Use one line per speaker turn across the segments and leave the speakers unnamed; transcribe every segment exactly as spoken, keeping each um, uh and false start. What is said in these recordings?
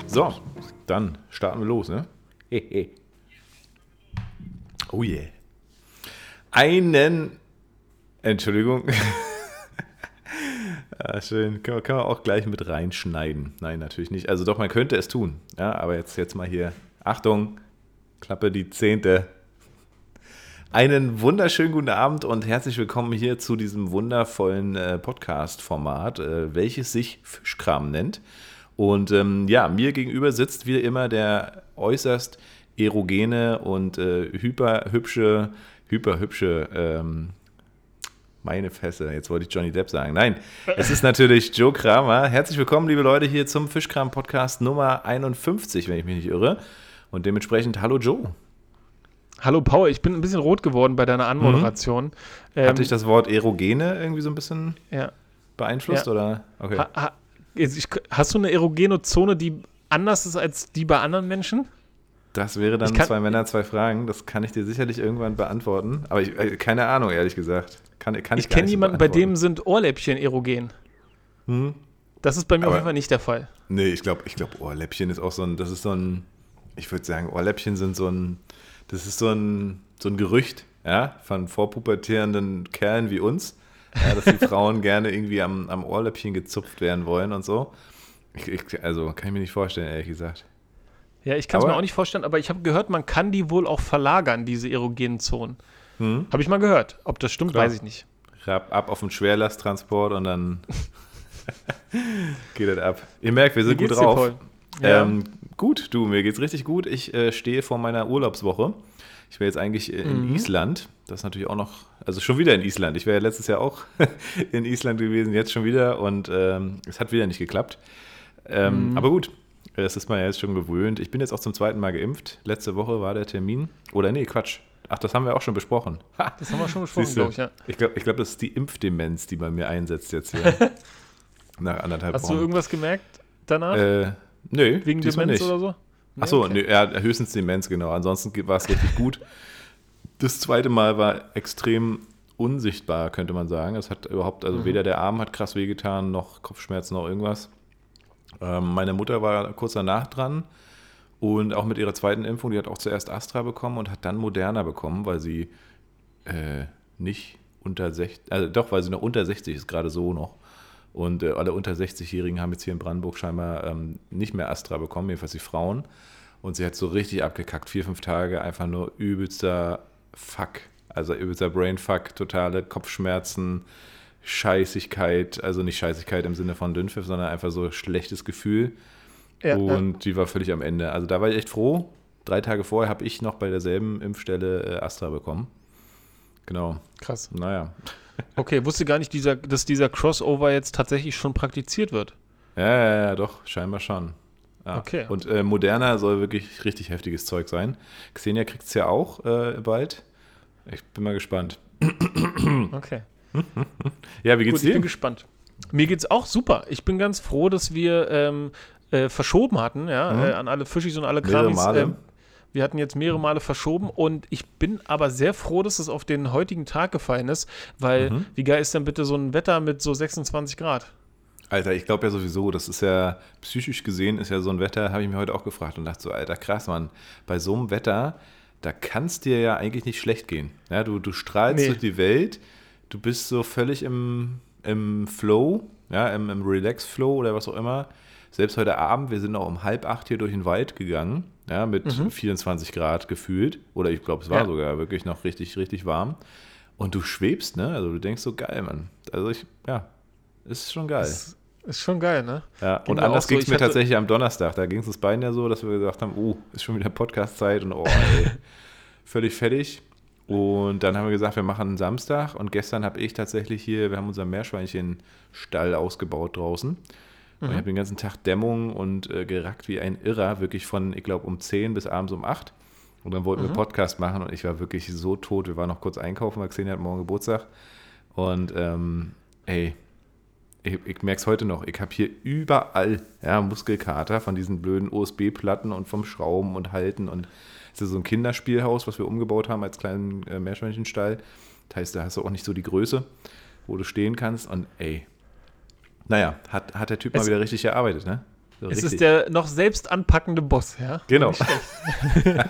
So, dann starten wir los, ne? Hehe. Oh yeah. Einen, Entschuldigung. Ja, schön, können wir, können wir auch gleich mit reinschneiden. Nein, natürlich nicht. Also doch, man könnte es tun. Ja, aber jetzt, jetzt mal hier, Achtung, Klappe die Zehnte. Einen wunderschönen guten Abend und herzlich willkommen hier zu diesem wundervollen äh, Podcast-Format, äh, welches sich Fischkram nennt. Und ähm, ja, mir gegenüber sitzt wie immer der äußerst erogene und äh, hyperhübsche, hyperhübsche, ähm, meine Fresse, jetzt wollte ich Johnny Depp sagen. Nein, es ist natürlich Joe Kramer. Herzlich willkommen, liebe Leute, hier zum Fischkram-Podcast Nummer einundfünfzig, wenn ich mich nicht irre. Und dementsprechend, hallo Joe.
Hallo Paul, ich bin ein bisschen rot geworden bei deiner Anmoderation.
Mhm.
Ähm,
Hat dich das Wort erogene irgendwie so ein bisschen
ja.
beeinflusst?
Ja.
Oder? Okay.
Ha, ha, ich, hast du eine erogene Zone, die anders ist als die bei anderen Menschen?
Das wäre dann
kann,
zwei Männer, zwei Fragen. Das kann ich dir sicherlich irgendwann beantworten. Aber ich, keine Ahnung, ehrlich gesagt. Kann, kann ich
ich kenne jemanden, bei dem sind Ohrläppchen erogen.
Hm?
Das ist bei mir
Aber,
auf jeden Fall nicht der Fall.
Nee, ich glaube, ich glaub, Ohrläppchen ist auch so ein, das ist so ein, ich würde sagen, Ohrläppchen sind so ein, das ist so ein, so ein Gerücht, ja, von vorpubertierenden Kerlen wie uns, ja, dass die Frauen gerne irgendwie am, am Ohrläppchen gezupft werden wollen und so. Ich, ich, also kann ich mir nicht vorstellen, ehrlich gesagt.
Ja, ich kann es mir auch nicht vorstellen, aber ich habe gehört, man kann die wohl auch verlagern, diese erogenen Zonen. Hm? Habe ich mal gehört. Ob das stimmt, Klar. weiß ich nicht.
Ab, ab auf den Schwerlasttransport und dann geht das ab. Ihr merkt, wir sind gut drauf.
Ja.
Ähm, gut, du, mir geht's richtig gut. Ich äh, stehe vor meiner Urlaubswoche. Ich wäre jetzt eigentlich in mhm. Island. Das ist natürlich auch noch, also schon wieder in Island. Ich wäre ja letztes Jahr auch in Island gewesen, jetzt schon wieder und ähm, es hat wieder nicht geklappt. Ähm, mhm. Aber gut, das ist man ja jetzt schon gewöhnt. Ich bin jetzt auch zum zweiten Mal geimpft. Letzte Woche war der Termin. Oder nee, Quatsch. Ach, das haben wir auch schon besprochen.
Ha, das haben wir schon besprochen, glaube ich, ja.
Ich glaube, ich glaub, das ist die Impfdemenz, die bei mir einsetzt jetzt hier. Nach anderthalb
Hast
Wochen.
du irgendwas gemerkt danach?
Äh, nö,
Wegen Demenz
nicht.
oder so?
Nee, Achso, okay. ja, höchstens Demenz, genau. Ansonsten war es richtig gut. Das zweite Mal war extrem unsichtbar, könnte man sagen. Es hat überhaupt, also mhm. weder der Arm hat krass wehgetan, noch Kopfschmerzen, noch irgendwas. Ähm, meine Mutter war kurz danach dran und auch mit ihrer zweiten Impfung, die hat auch zuerst Astra bekommen und hat dann Moderna bekommen, weil sie äh, nicht unter sechzig, also doch, weil sie noch unter sechzig ist, gerade so noch. Und äh, alle unter sechzig-Jährigen haben jetzt hier in Brandenburg scheinbar ähm, nicht mehr Astra bekommen, jedenfalls die Frauen. Und sie hat so richtig abgekackt, vier, fünf Tage, einfach nur übelster Fuck, also übelster Brainfuck, totale Kopfschmerzen, Scheißigkeit, also nicht Scheißigkeit im Sinne von Dünnpfiff, sondern einfach so schlechtes Gefühl. Ja, und ja. die war völlig am Ende. Also da war ich echt froh. Drei Tage vorher habe ich noch bei derselben Impfstelle äh, Astra bekommen. Genau.
Krass.
Naja.
Okay, wusste gar nicht, dieser, dass dieser Crossover jetzt tatsächlich schon praktiziert wird.
Ja, ja, ja, doch, scheinbar schon. Ja.
Okay.
Und äh, Moderna soll wirklich richtig heftiges Zeug sein. Xenia kriegt es ja auch äh, bald. Ich bin mal gespannt.
Okay.
Ja, wie geht's
Gut,
dir?
Ich bin gespannt. Mir geht's auch super. Ich bin ganz froh, dass wir ähm, äh, verschoben hatten, ja, mhm. äh, an alle Fischis und alle Kramis.
Mehrere Male.
Ähm, wir hatten jetzt mehrere Male verschoben und ich bin aber sehr froh, dass es auf den heutigen Tag gefallen ist, weil mhm. wie geil ist denn bitte so ein Wetter mit so sechsundzwanzig Grad?
Alter, ich glaube ja sowieso, das ist ja, psychisch gesehen ist ja so ein Wetter, habe ich mir heute auch gefragt und dachte so, Alter, krass, Mann, bei so einem Wetter, da kann es dir ja eigentlich nicht schlecht gehen. Ja, du, du strahlst nee. durch die Welt, du bist so völlig im, im Flow, ja, im, im Relax-Flow oder was auch immer. Selbst heute Abend, wir sind auch um halb acht hier durch den Wald gegangen, ja, mit mhm. vierundzwanzig Grad gefühlt. Oder ich glaube, es war ja. sogar wirklich noch richtig, richtig warm. Und du schwebst, ne? Also du denkst so, geil, Mann. Also ich, ja, ist schon geil.
Ist, ist schon geil, ne?
Ja, ging und anders so, ging es mir tatsächlich am Donnerstag. Da ging es uns beiden ja so, dass wir gesagt haben, oh, ist schon wieder Podcast-Zeit und oh, ey, völlig fertig. Und dann haben wir gesagt, wir machen Samstag. Und gestern habe ich tatsächlich hier, wir haben unseren Meerschweinchenstall ausgebaut draußen. Und ich habe den ganzen Tag Dämmung und äh, gerackt wie ein Irrer, wirklich von, ich glaube, um zehn bis abends um acht. Und dann wollten mhm. wir Podcast machen und ich war wirklich so tot. Wir waren noch kurz einkaufen, weil Xenia hat morgen Geburtstag. Und ähm, ey, ich, ich merke es heute noch, ich habe hier überall ja, Muskelkater von diesen blöden O S B-Platten und vom Schrauben und Halten. Und es ist so ein Kinderspielhaus, was wir umgebaut haben als kleinen äh, Meerschweinchenstall. Das heißt, da hast du auch nicht so die Größe, wo du stehen kannst. Und ey, naja, hat, hat der Typ es, mal wieder richtig gearbeitet, ne? So
es
richtig.
ist der noch selbst anpackende Boss, ja?
Genau.
Nicht schlecht.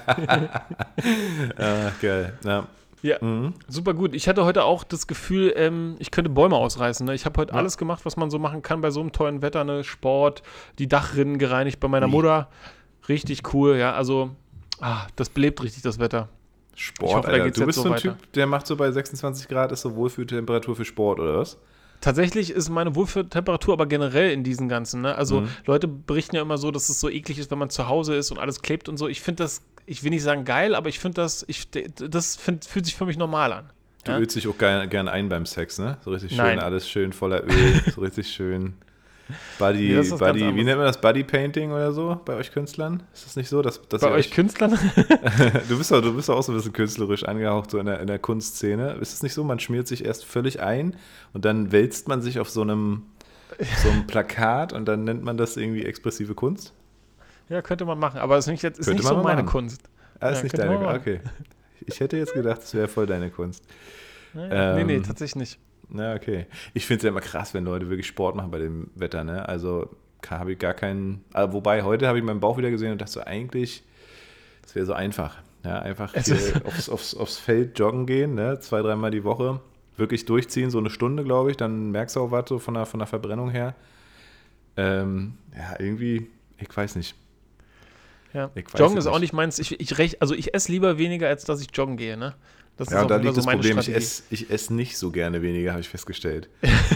Ah, geil. Ja.
Ja,
Mhm.
super gut. Ich hatte heute auch das Gefühl, ähm, ich könnte Bäume ausreißen. Ne? Ich habe heute
Ja.
alles gemacht, was man so machen kann bei so einem tollen Wetter. Ne? Sport, die Dachrinnen gereinigt bei meiner
Wie?
Mutter. Richtig cool, ja. Also, ah, das belebt richtig, das Wetter.
Sport,
Ich hoffe, da
Alter.
geht's
Du
jetzt
bist
so
so ein
weiter.
Typ, der macht so bei sechsundzwanzig Grad, ist so Wohlfühltemperatur für Sport, oder was?
Tatsächlich ist meine Wohlfühltemperatur aber generell in diesen ganzen, ne? Also
Mhm.
Leute berichten ja immer so, dass es so eklig ist, wenn man zu Hause ist und alles klebt und so. Ich finde das, ich will nicht sagen geil, aber ich finde das, ich, das find, fühlt sich für mich normal an.
Du
Ja?
ölst dich auch gerne gern ein beim Sex, ne? So richtig schön,
Nein.
alles schön voller Öl, so richtig schön. Body,
Nee, das ist was ganz
Body, wie
anderes.
nennt man das? Body Painting oder so bei euch Künstlern? Ist das nicht so? Dass, dass
Bei
ihr
euch Künstlern?
du bist doch, du bist doch auch so ein bisschen künstlerisch angehaucht, so in der, in der Kunstszene. Ist es nicht so? Man schmiert sich erst völlig ein und dann wälzt man sich auf so einem, so einem Plakat und dann nennt man das irgendwie expressive Kunst?
Ja, könnte man machen, aber es ist nicht, jetzt, ist
Könnte
nicht
man
so
mal
meine
machen.
Kunst.
Ah, ist
Ja,
nicht
könnte
deine
man
Kunst. Okay. Ich hätte jetzt gedacht, das wäre voll deine Kunst.
Ja, nee, nee,
Ähm,
tatsächlich nicht.
Na, okay. Ich finde es ja immer krass, wenn Leute wirklich Sport machen bei dem Wetter, ne? Also habe ich gar keinen. Also, wobei, heute habe ich meinen Bauch wieder gesehen und dachte so, eigentlich, das wäre so einfach. Ja, einfach
Es
hier
ist-
aufs, aufs, aufs Feld joggen gehen, ne? Zwei, dreimal die Woche. Wirklich durchziehen, so eine Stunde, glaube ich. Dann merkst du auch was so von der, von der Verbrennung her. Ähm, ja, irgendwie, ich weiß nicht.
Ja.
Ich weiß
Joggen
es
ist auch
nicht.
nicht meins. Ich, ich rech, also ich esse lieber weniger, als dass ich joggen gehe, ne? Das
Ja,
ist
und da
auf jeden
liegt
Fall
das
so meine
Problem, ich
Strategie.
esse ich ess nicht so gerne weniger, habe ich festgestellt.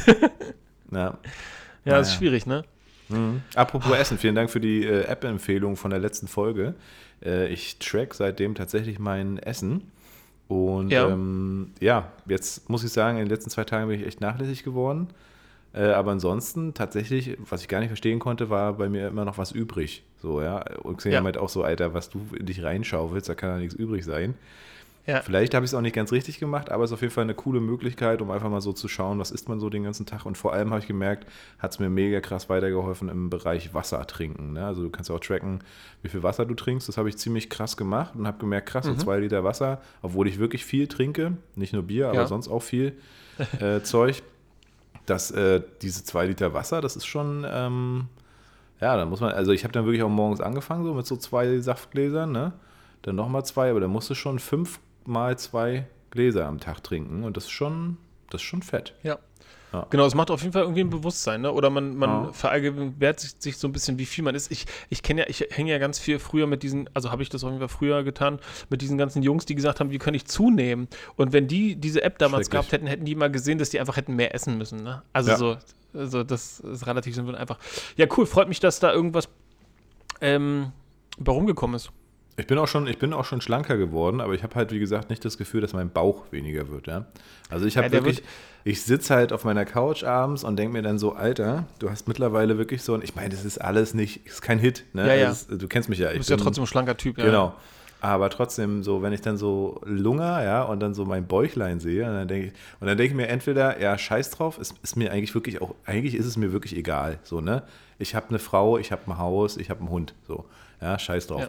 Ja.
Ja, das ist
naja.
schwierig, ne?
Mhm. Apropos Essen, vielen Dank für die äh, App-Empfehlung von der letzten Folge. Äh, ich track seitdem tatsächlich mein Essen. Und
Ja.
ja. Ähm, ja, jetzt muss ich sagen, in den letzten zwei Tagen bin ich echt nachlässig geworden. Äh, aber ansonsten tatsächlich, was ich gar nicht verstehen konnte, war bei mir immer noch was übrig. So, ja. Und Xenia
Ja.
meint auch so, Alter, was du in dich reinschaufelst, da kann ja nichts übrig sein.
Ja.
Vielleicht habe ich es auch nicht ganz richtig gemacht, aber es ist auf jeden Fall eine coole Möglichkeit, um einfach mal so zu schauen, was isst man so den ganzen Tag. Und vor allem habe ich gemerkt, hat es mir mega krass weitergeholfen im Bereich Wasser trinken. Ne? Also du kannst ja auch tracken, wie viel Wasser du trinkst. Das habe ich ziemlich krass gemacht und habe gemerkt, krass, so
Mhm.
zwei Liter Wasser, obwohl ich wirklich viel trinke, nicht nur Bier, aber
Ja.
sonst auch viel äh, Zeug, dass äh, diese zwei Liter Wasser, das ist schon, ähm, ja, dann muss man, also ich habe dann wirklich auch morgens angefangen, so mit so zwei Saftgläsern, ne? Dann nochmal zwei, aber dann musst du schon fünf mal zwei Gläser am Tag trinken und das ist schon, das ist schon fett.
Ja.
Ja.
Genau, es macht auf jeden Fall irgendwie ein Bewusstsein, ne? Oder man, man
Ja.
verallgemeinert sich, sich so ein bisschen, wie viel man isst. Ich, ich kenne ja, ich hänge ja ganz viel früher mit diesen, also habe ich das auf jeden Fall früher getan, mit diesen ganzen Jungs, die gesagt haben, wie kann ich zunehmen? Und wenn die diese App damals
Schrecklich.
gehabt hätten, hätten die mal gesehen, dass die einfach hätten mehr essen müssen, ne? Also
Ja.
so, also das ist relativ simpel und einfach. Ja, cool, freut mich, dass da irgendwas ähm, bei rumgekommen ist.
Ich bin auch schon, ich bin auch schon schlanker geworden, aber ich habe halt, wie gesagt, nicht das Gefühl, dass mein Bauch weniger wird, ja. Also ich habe
Ja, der
wirklich, ich sitze halt auf meiner Couch abends und denke mir dann so, Alter, du hast mittlerweile wirklich so ein, ich meine, das ist alles nicht, ist kein Hit, ne?
Ja, ja.
Also es, du kennst mich ja.
Du
Ich
bist ja
bin-
trotzdem ein schlanker Typ, ja.
Genau. Aber trotzdem, so, wenn ich dann so lunger, ja, und dann so mein Bäuchlein sehe, und dann denke ich, und dann denke ich mir entweder, ja, scheiß drauf, ist, ist mir eigentlich wirklich auch, eigentlich ist es mir wirklich egal, so, ne? Ich habe eine Frau, ich habe ein Haus, ich habe einen Hund, so, ja, scheiß drauf.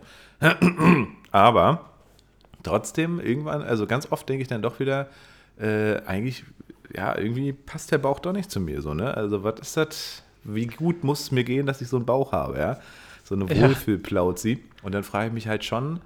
Aber trotzdem, irgendwann, also ganz oft denke ich dann doch wieder, äh, eigentlich, ja, irgendwie passt der Bauch doch nicht zu mir, so, ne? Also, was ist das, wie gut muss es mir gehen, dass ich so einen Bauch habe, ja? So eine
Ja.
Wohlfühlplauzi. Und dann frage ich mich halt schon,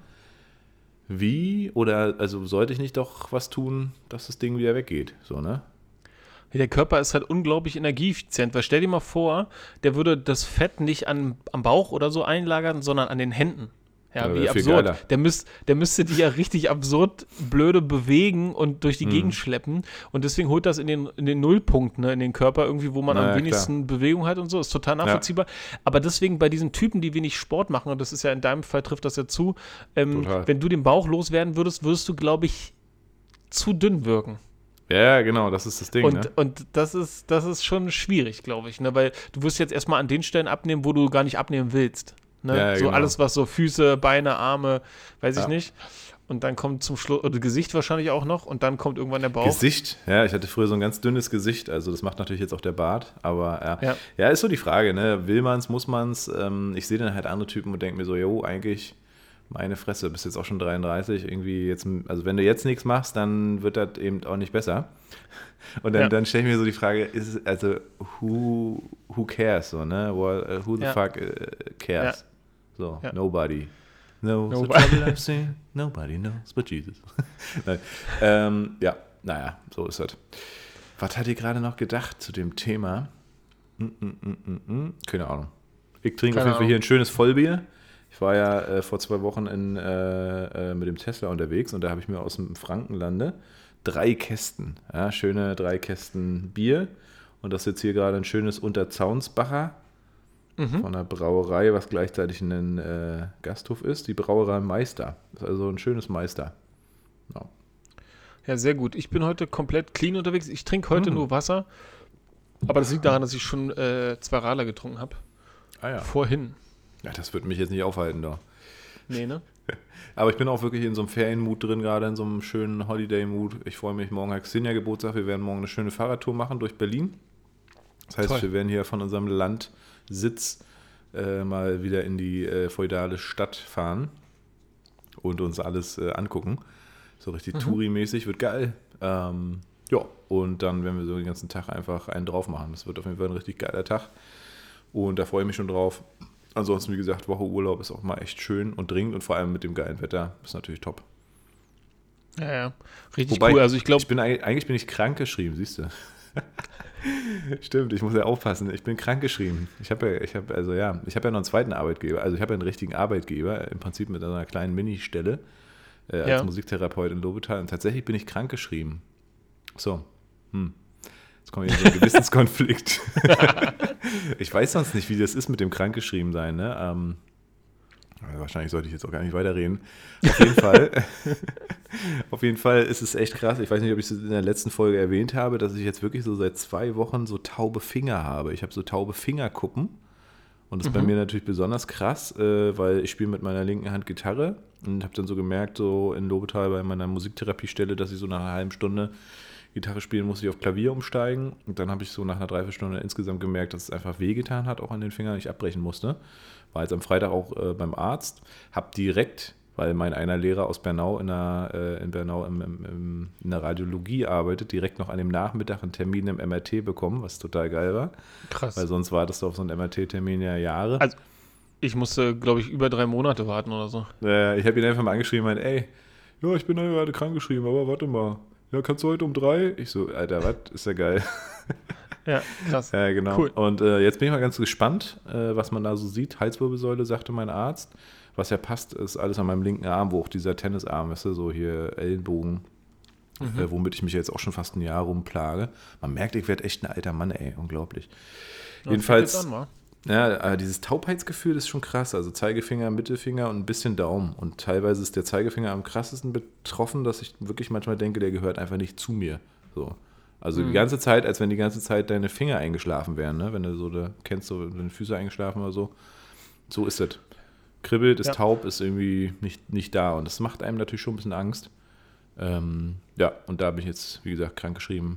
wie oder also sollte ich nicht doch was tun, dass das Ding wieder weggeht, so, ne?
Der Körper ist halt unglaublich energieeffizient, weil stell dir mal vor, der würde das Fett nicht an, am Bauch oder so einlagern, sondern an den Händen. Ja,
Ja,
wie
wär viel
absurd.
geiler.
Der, müsst, der müsste die ja richtig absurd blöde bewegen und durch die
Mhm.
Gegend schleppen. Und deswegen holt das in den, in den Nullpunkt, ne, in den Körper irgendwie, wo man
Na
am
ja,
wenigsten Bewegung hat und so. Ist total nachvollziehbar. Aber deswegen bei diesen Typen, die wenig Sport machen, und das ist ja in deinem Fall trifft das ja zu, ähm,
Total.
wenn du den Bauch loswerden würdest, würdest du, glaube ich, zu dünn wirken.
Ja, genau, das ist das Ding,
Und,
ne?
und das ist, das ist schon schwierig, glaube ich, ne? Weil du wirst jetzt erstmal an den Stellen abnehmen, wo du gar nicht abnehmen willst. Ne?
Ja,
so
genau.
alles, was so Füße, Beine, Arme, weiß ich
Ja.
nicht. Und dann kommt zum Schluss, oder Gesicht wahrscheinlich auch noch, und dann kommt irgendwann der Bauch.
Gesicht, ja, ich hatte früher so ein ganz dünnes Gesicht, also das macht natürlich jetzt auch der Bart, aber ja.
Ja.
Ja, ist so die Frage, ne? Will man's, muss man's? Ähm, ich sehe dann halt andere Typen und denke mir so, jo, eigentlich Meine Fresse, bist jetzt auch schon dreiunddreißig. Irgendwie jetzt, also wenn du jetzt nichts machst, dann wird das eben auch nicht besser. Und dann,
Ja.
dann stelle ich mir so die Frage, ist es, also, who, who cares, so, ne? Well, uh, who the
Ja.
fuck uh, cares?
Ja.
So,
Ja.
nobody. knows the
Nobody.
trouble I've seen. Nobody knows but Jesus. Nein. Ähm, ja, naja, so ist das. Was hat ihr gerade noch gedacht zu dem Thema? Mm, mm, mm, mm, mm. Keine Ahnung. Ich trinke auf
Keine
jeden Fall
Ahnung.
hier ein schönes Vollbier. Ich war ja äh, vor zwei Wochen in, äh, äh, mit dem Tesla unterwegs und da habe ich mir aus dem Frankenlande drei Kästen, ja, schöne drei Kästen Bier. Und das ist jetzt hier gerade ein schönes Unterzaunsbacher
Mhm.
von einer Brauerei, was gleichzeitig ein äh, Gasthof ist. Die Brauerei Meister. Das ist also ein schönes Meister. Ja.
Ja, sehr gut. Ich bin heute komplett clean unterwegs. Ich trinke heute
Mhm.
nur Wasser. Aber das liegt daran, dass ich schon äh, zwei Radler getrunken habe.
Ah ja.
Vorhin.
Ja, das wird mich jetzt nicht aufhalten, doch.
Nee, ne?
Aber ich bin auch wirklich in so einem Ferienmut drin, gerade in so einem schönen Holiday-Mut. Ich freue mich, morgen hat Xenia Geburtstag. Wir werden morgen eine schöne Fahrradtour machen durch Berlin. Das heißt,
Toll.
wir werden hier von unserem Landsitz äh, mal wieder in die äh, feudale Stadt fahren und uns alles äh, angucken. So richtig
Mhm.
Touri-mäßig, wird geil. Ähm, ja, und dann werden wir so den ganzen Tag einfach einen drauf machen. Das wird auf jeden Fall ein richtig geiler Tag. Und da freue ich mich schon drauf. Ansonsten, wie gesagt, Woche Urlaub ist auch mal echt schön und dringend und vor allem mit dem geilen Wetter ist natürlich top.
Ja, ja. Richtig
Wobei,
cool. Also ich glaube,
Ich bin eigentlich, eigentlich bin ich krank geschrieben, siehst du. Stimmt, ich muss ja aufpassen. Ich bin krank geschrieben. Ich habe ja, ich habe, also ja, ich habe ja noch einen zweiten Arbeitgeber. Also ich habe ja einen richtigen Arbeitgeber, im Prinzip mit einer kleinen Ministelle äh, als
Ja.
Musiktherapeut in Lobetal. Und tatsächlich bin ich krank geschrieben. So, hm. Jetzt komme ich in so einen Gewissenskonflikt. Ich weiß sonst nicht, wie das ist mit dem krankgeschrieben sein. Ne? Ähm, also wahrscheinlich sollte ich jetzt auch gar nicht weiterreden. Auf jeden Fall, auf jeden Fall ist es echt krass. Ich weiß nicht, ob ich es in der letzten Folge erwähnt habe, dass ich jetzt wirklich so seit zwei Wochen so taube Finger habe. Ich habe so taube Fingerkuppen. Und das ist bei
Mhm.
mir natürlich besonders krass, äh, weil ich spiele mit meiner linken Hand Gitarre und habe dann so gemerkt, so in Lobetal bei meiner Musiktherapiestelle, dass ich so nach einer halben Stunde Gitarre spielen musste, ich auf Klavier umsteigen. Und dann habe ich so nach einer Dreiviertelstunde insgesamt gemerkt, dass es einfach wehgetan hat, auch an den Fingern, ich abbrechen musste. War jetzt am Freitag auch äh, beim Arzt, habe direkt, weil mein einer Lehrer aus Bernau in der, äh, in Bernau im, im, im, in der Radiologie arbeitet, direkt noch an dem Nachmittag einen Termin im M R T bekommen, was total geil war.
krass.
Weil sonst wartest du auf so einen M R T-Termin ja Jahre.
Also- Ich musste, glaube ich, über drei Monate warten oder so.
Äh, ich habe ihn einfach mal angeschrieben und meinte, ey, ja, ich bin da gerade krank geschrieben, aber warte mal. Ja, kannst du heute um drei? Ich so, Alter, was? Ist ja geil.
Ja, krass.
Ja, genau.
Cool.
Und äh, jetzt bin ich mal ganz gespannt, äh, was man da so sieht. Halswirbelsäule, sagte mein Arzt. Was ja passt, ist alles an meinem linken Arm, wo auch dieser Tennisarm, weißt du, so hier Ellenbogen,
Mhm.
äh, womit ich mich jetzt auch schon fast ein Jahr rumplage. Man merkt, ich werde echt ein alter Mann, ey, unglaublich.
Ja,
Jedenfalls,
fängt jetzt an, wa?
ja, äh, dieses Taubheitsgefühl ist schon krass. Also Zeigefinger, Mittelfinger und ein bisschen Daumen. Und teilweise ist der Zeigefinger am krassesten betroffen, dass ich wirklich manchmal denke, der gehört einfach nicht zu mir. So. Also die
Mhm.
ganze Zeit, als wenn die ganze Zeit deine Finger eingeschlafen wären, ne? Wenn du so, da kennst du, deine Füße eingeschlafen oder so. So ist es. Kribbelt, ist
Ja.
taub, ist irgendwie nicht, nicht da. Und das macht einem natürlich schon ein bisschen Angst. Ähm, ja, und da bin ich jetzt, wie gesagt, krank geschrieben.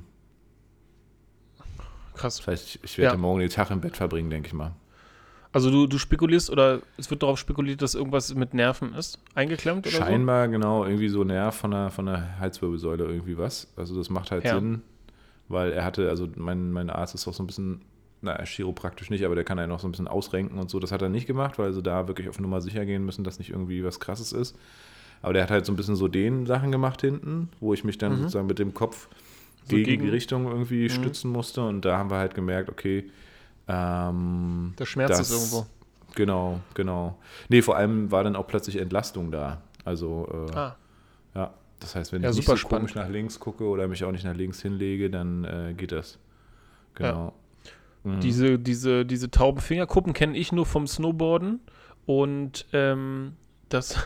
Krass.
Das heißt, ich, ich werde
Ja.
morgen den Tag im Bett verbringen, denke ich mal.
Also du, du spekulierst oder es wird darauf spekuliert, dass irgendwas mit Nerven ist? Eingeklemmt oder
Scheinbar, genau, irgendwie so Nerv von der, von der Halswirbelsäule irgendwie was. Also das macht halt
Ja.
Sinn, weil er hatte, also mein, mein Arzt ist auch so ein bisschen, na, chiropraktisch nicht, aber der kann einen auch so ein bisschen ausrenken und so. Das hat er nicht gemacht, weil sie da wirklich auf Nummer sicher gehen müssen, dass nicht irgendwie was Krasses ist. Aber der hat halt so ein bisschen so den Sachen gemacht hinten, wo ich mich dann
Mhm.
sozusagen mit dem Kopf
So
gegen,
gegen-
die Richtung irgendwie
Mhm.
stützen musste. Und da haben wir halt gemerkt, okay, ähm,
so? Der Schmerz
das-
ist irgendwo.
Genau, genau. Nee, vor allem war dann auch plötzlich Entlastung da. Also, äh,
Ah,
ja, das heißt, wenn
Ja,
ich nicht
super
so komisch
spannend.
nach links gucke oder mich auch nicht nach links hinlege, dann äh, geht das. Genau. Mhm.
diese, diese, diese tauben Fingerkuppen kenne ich nur vom Snowboarden und ähm, das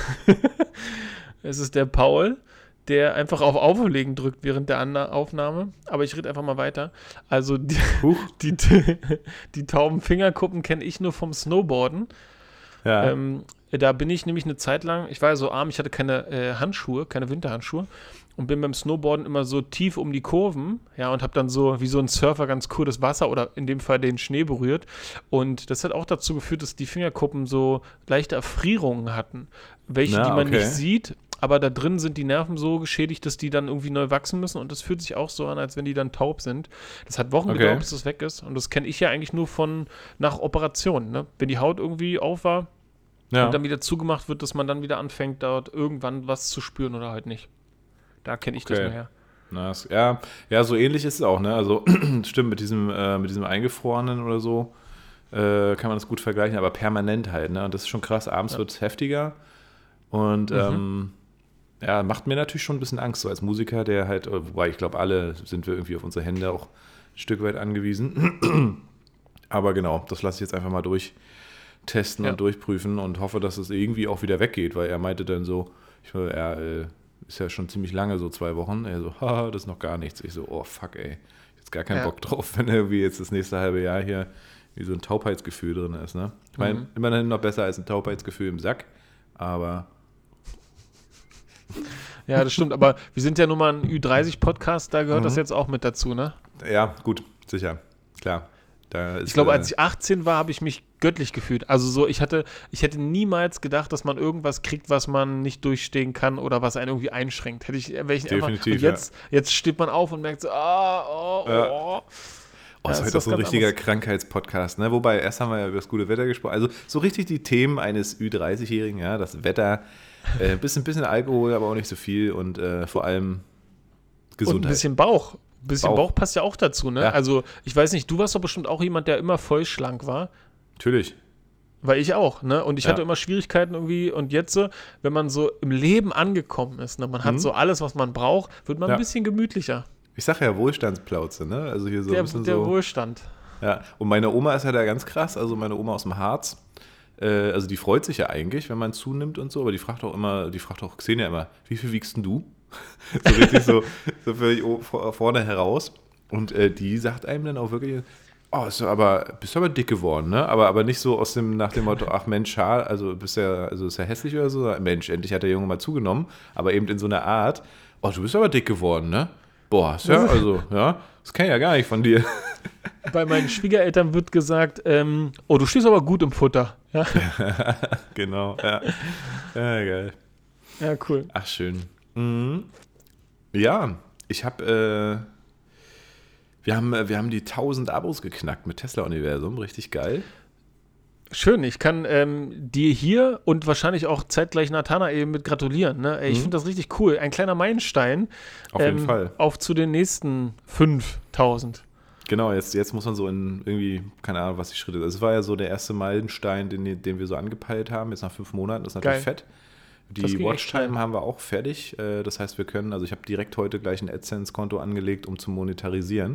es ist der Paul, der einfach auf Auflegen drückt während der Anna- Aufnahme. Aber ich rede einfach mal weiter. Also die,
Huch.
die, die tauben Fingerkuppen kenne ich nur vom Snowboarden.
Ja.
Ähm, da bin ich nämlich eine Zeit lang, ich war ja so arm, ich hatte keine äh, Handschuhe, keine Winterhandschuhe. und bin beim Snowboarden immer so tief um die Kurven, ja, und habe dann so wie so ein Surfer ganz cool das Wasser oder in dem Fall den Schnee berührt. Und das hat auch dazu geführt, dass die Fingerkuppen so leichte Erfrierungen hatten. Welche,
Na,
die man
okay.
nicht sieht, aber da drin sind die Nerven so geschädigt, dass die dann irgendwie neu wachsen müssen. Und das fühlt sich auch so an, als wenn die dann taub sind. Das hat Wochen
Okay.
gedauert, bis das weg ist. Und das kenne ich ja eigentlich nur von nach Operationen, ne? Wenn die Haut irgendwie auf war,
Ja.
und dann wieder zugemacht wird, dass man dann wieder anfängt, dort irgendwann was zu spüren oder halt nicht. Da kenne ich
Okay.
das nur her.
Na, es, ja, ja, so ähnlich ist es auch, ne? Also stimmt, mit diesem, äh, mit diesem Eingefrorenen oder so äh, kann man das gut vergleichen, aber permanent halt, ne? Und das ist schon krass, abends
Ja.
wird es heftiger und
Mhm.
ähm, ja, macht mir natürlich schon ein bisschen Angst, so als Musiker, der halt, äh, wobei ich glaube, alle sind wir irgendwie auf unsere Hände auch ein Stück weit angewiesen. Aber genau, das lasse ich jetzt einfach mal durchtesten
Ja.
und durchprüfen und hoffe, dass es irgendwie auch wieder weggeht, weil er meinte dann so, ich meine, er äh, ist ja schon ziemlich lange, so zwei Wochen. Er so, haha, das ist noch gar nichts. Ich so, oh fuck, ey. Jetzt gar keinen
Ja.
Bock drauf, wenn irgendwie jetzt das nächste halbe Jahr hier wie so ein Taubheitsgefühl drin ist, ne? Ich meine,
Mhm.
immerhin noch besser als ein Taubheitsgefühl im Sack, aber
Ja, das stimmt, aber wir sind ja nun mal ein Ü dreißig Podcast, da gehört
Mhm.
das jetzt auch mit dazu, ne?
ja, gut, sicher, klar. Da ist,
Ich glaube,
äh,
als ich achtzehn war, habe ich mich göttlich gefühlt. Also so, ich hatte, ich hätte niemals gedacht, dass man irgendwas kriegt, was man nicht durchstehen kann oder was einen irgendwie einschränkt. Hätte ich, wäre ich einfach,
Definitiv,
und jetzt, jetzt steht man auf und merkt so, ah, oh,
Ja.
oh.
Oh,
Ja,
ist
ist
heute auch
was
so ein
ganz
richtiger
anderes.
Krankheitspodcast, ne? Wobei, erst haben wir ja über das gute Wetter gesprochen. Also so richtig die Themen eines Ü dreißig-Jährigen, ja, das Wetter, ein äh, bisschen, bisschen Alkohol, aber auch nicht so viel und äh, vor allem
Und ein
Gesundheit.
bisschen Bauch. Ein bisschen
Bauch.
Bauch. passt ja auch dazu, ne?
Ja.
Also, ich weiß nicht, du warst doch bestimmt auch jemand, der immer voll schlank war.
Natürlich.
Weil ich auch, ne? Und ich
Ja.
hatte immer Schwierigkeiten irgendwie. Und jetzt, so, wenn man so im Leben angekommen ist, ne? Man hat
Mhm.
so alles, was man braucht, wird man
Ja.
ein bisschen gemütlicher.
Ich sage ja Wohlstandsplauze, ne? Also hier so
der
ein bisschen
der
so.
Wohlstand.
Ja. Und meine Oma ist ja da ganz krass, also meine Oma aus dem Harz. Äh, also die freut sich ja eigentlich, wenn man zunimmt und so, aber die fragt auch immer, die fragt auch Xenia immer, wie viel wiegst denn du? so richtig so, so völlig o- vor- vorne heraus. Und äh, die sagt einem dann auch wirklich, oh, ist du aber, bist du aber dick geworden, ne? Aber, aber nicht so aus dem, nach dem Motto, ach Mensch, schade, also bist ja, also ist ja hässlich oder so. Mensch, endlich hat der Junge mal zugenommen, aber eben in so einer Art, oh, du bist aber dick geworden, ne? Boah, ist ja, also, ja, das kann ich ja gar nicht von dir.
Bei meinen Schwiegereltern wird gesagt, ähm, oh, du stehst aber gut im Futter. Ja,
Genau, ja. Ja, geil.
ja cool.
Ach, schön. Mhm. Ja, ich habe, äh, wir haben, äh, wir haben die tausend Abos geknackt mit Tesla-Universum, richtig geil.
Schön, ich kann ähm, dir hier und wahrscheinlich auch zeitgleich Nathanael mit gratulieren. Ne? Ey, Ich
Mhm.
finde das richtig cool. Ein kleiner Meilenstein.
Auf jeden Fall.
Auf zu den nächsten fünftausend.
Genau, jetzt, jetzt muss man so in irgendwie, keine Ahnung, was die Schritte sind. Also es war ja so der erste Meilenstein, den, den wir so angepeilt haben, jetzt nach fünf Monaten, das ist natürlich
Geil.
fett.
Das
Die
ging echt
Watchtime
schnell.
haben wir auch fertig. äh, Das heißt, wir können, also ich habe direkt heute gleich ein AdSense-Konto angelegt, um zu monetarisieren.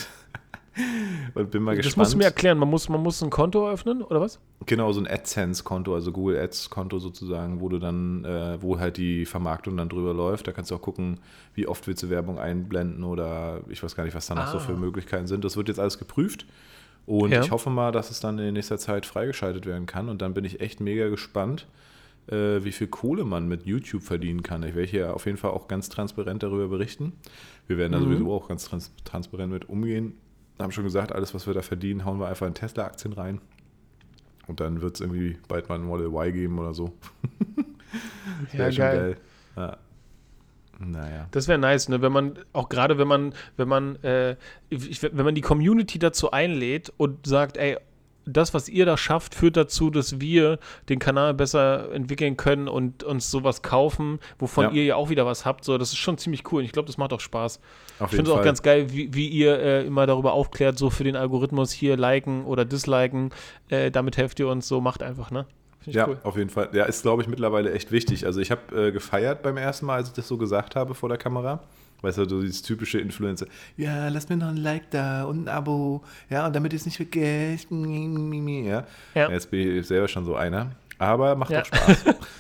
Und bin mal
Das
gespannt.
musst du mir erklären. Man muss, man muss ein Konto eröffnen, oder was?
Genau, so ein AdSense-Konto, also Google Ads-Konto sozusagen, wo du dann, äh, wo halt die Vermarktung dann drüber läuft. Da kannst du auch gucken, wie oft willst du Werbung einblenden oder ich weiß gar nicht, was da noch so
Ah.
für Möglichkeiten sind. Das wird jetzt alles geprüft und
Ja.
ich hoffe mal, dass es dann in nächster Zeit freigeschaltet werden kann und dann bin ich echt mega gespannt, äh, wie viel Kohle man mit YouTube verdienen kann. Ich werde hier auf jeden Fall auch ganz transparent darüber berichten. Wir werden da
Mhm.
sowieso auch ganz trans transparent mit umgehen. Haben schon gesagt, alles, was wir da verdienen, hauen wir einfach in Tesla-Aktien rein. Und dann wird es irgendwie bald mal ein Model Y geben oder so. Das
Ja,
wäre schon
geil.
geil. Ja. Naja.
Das wäre nice, ne? Wenn man, auch gerade wenn man, wenn man, äh, ich, wenn man die Community dazu einlädt und sagt, ey, das, was ihr da schafft, führt dazu, dass wir den Kanal besser entwickeln können und uns sowas kaufen, wovon
Ja.
ihr ja auch wieder was habt. So, das ist schon ziemlich cool. Und ich glaube, das macht auch Spaß.
Auf
Ich
jeden
finde es auch
Fall.
ganz geil, wie, wie ihr äh, immer darüber aufklärt, so für den Algorithmus hier liken oder disliken. Äh, damit helft ihr uns so, macht einfach, ne? Finde ich
Ja,
cool.
auf jeden Fall. Ja, ist, glaube ich, mittlerweile echt wichtig. Also ich habe äh, gefeiert beim ersten Mal, als ich das so gesagt habe vor der Kamera. Weißt du, so dieses typische Influencer. Ja, lass mir noch ein Like da und ein Abo. Ja, und damit ihr es nicht vergesst. Ja.
Ja.
Jetzt bin ich selber schon so einer. Aber macht
Ja.
auch Spaß.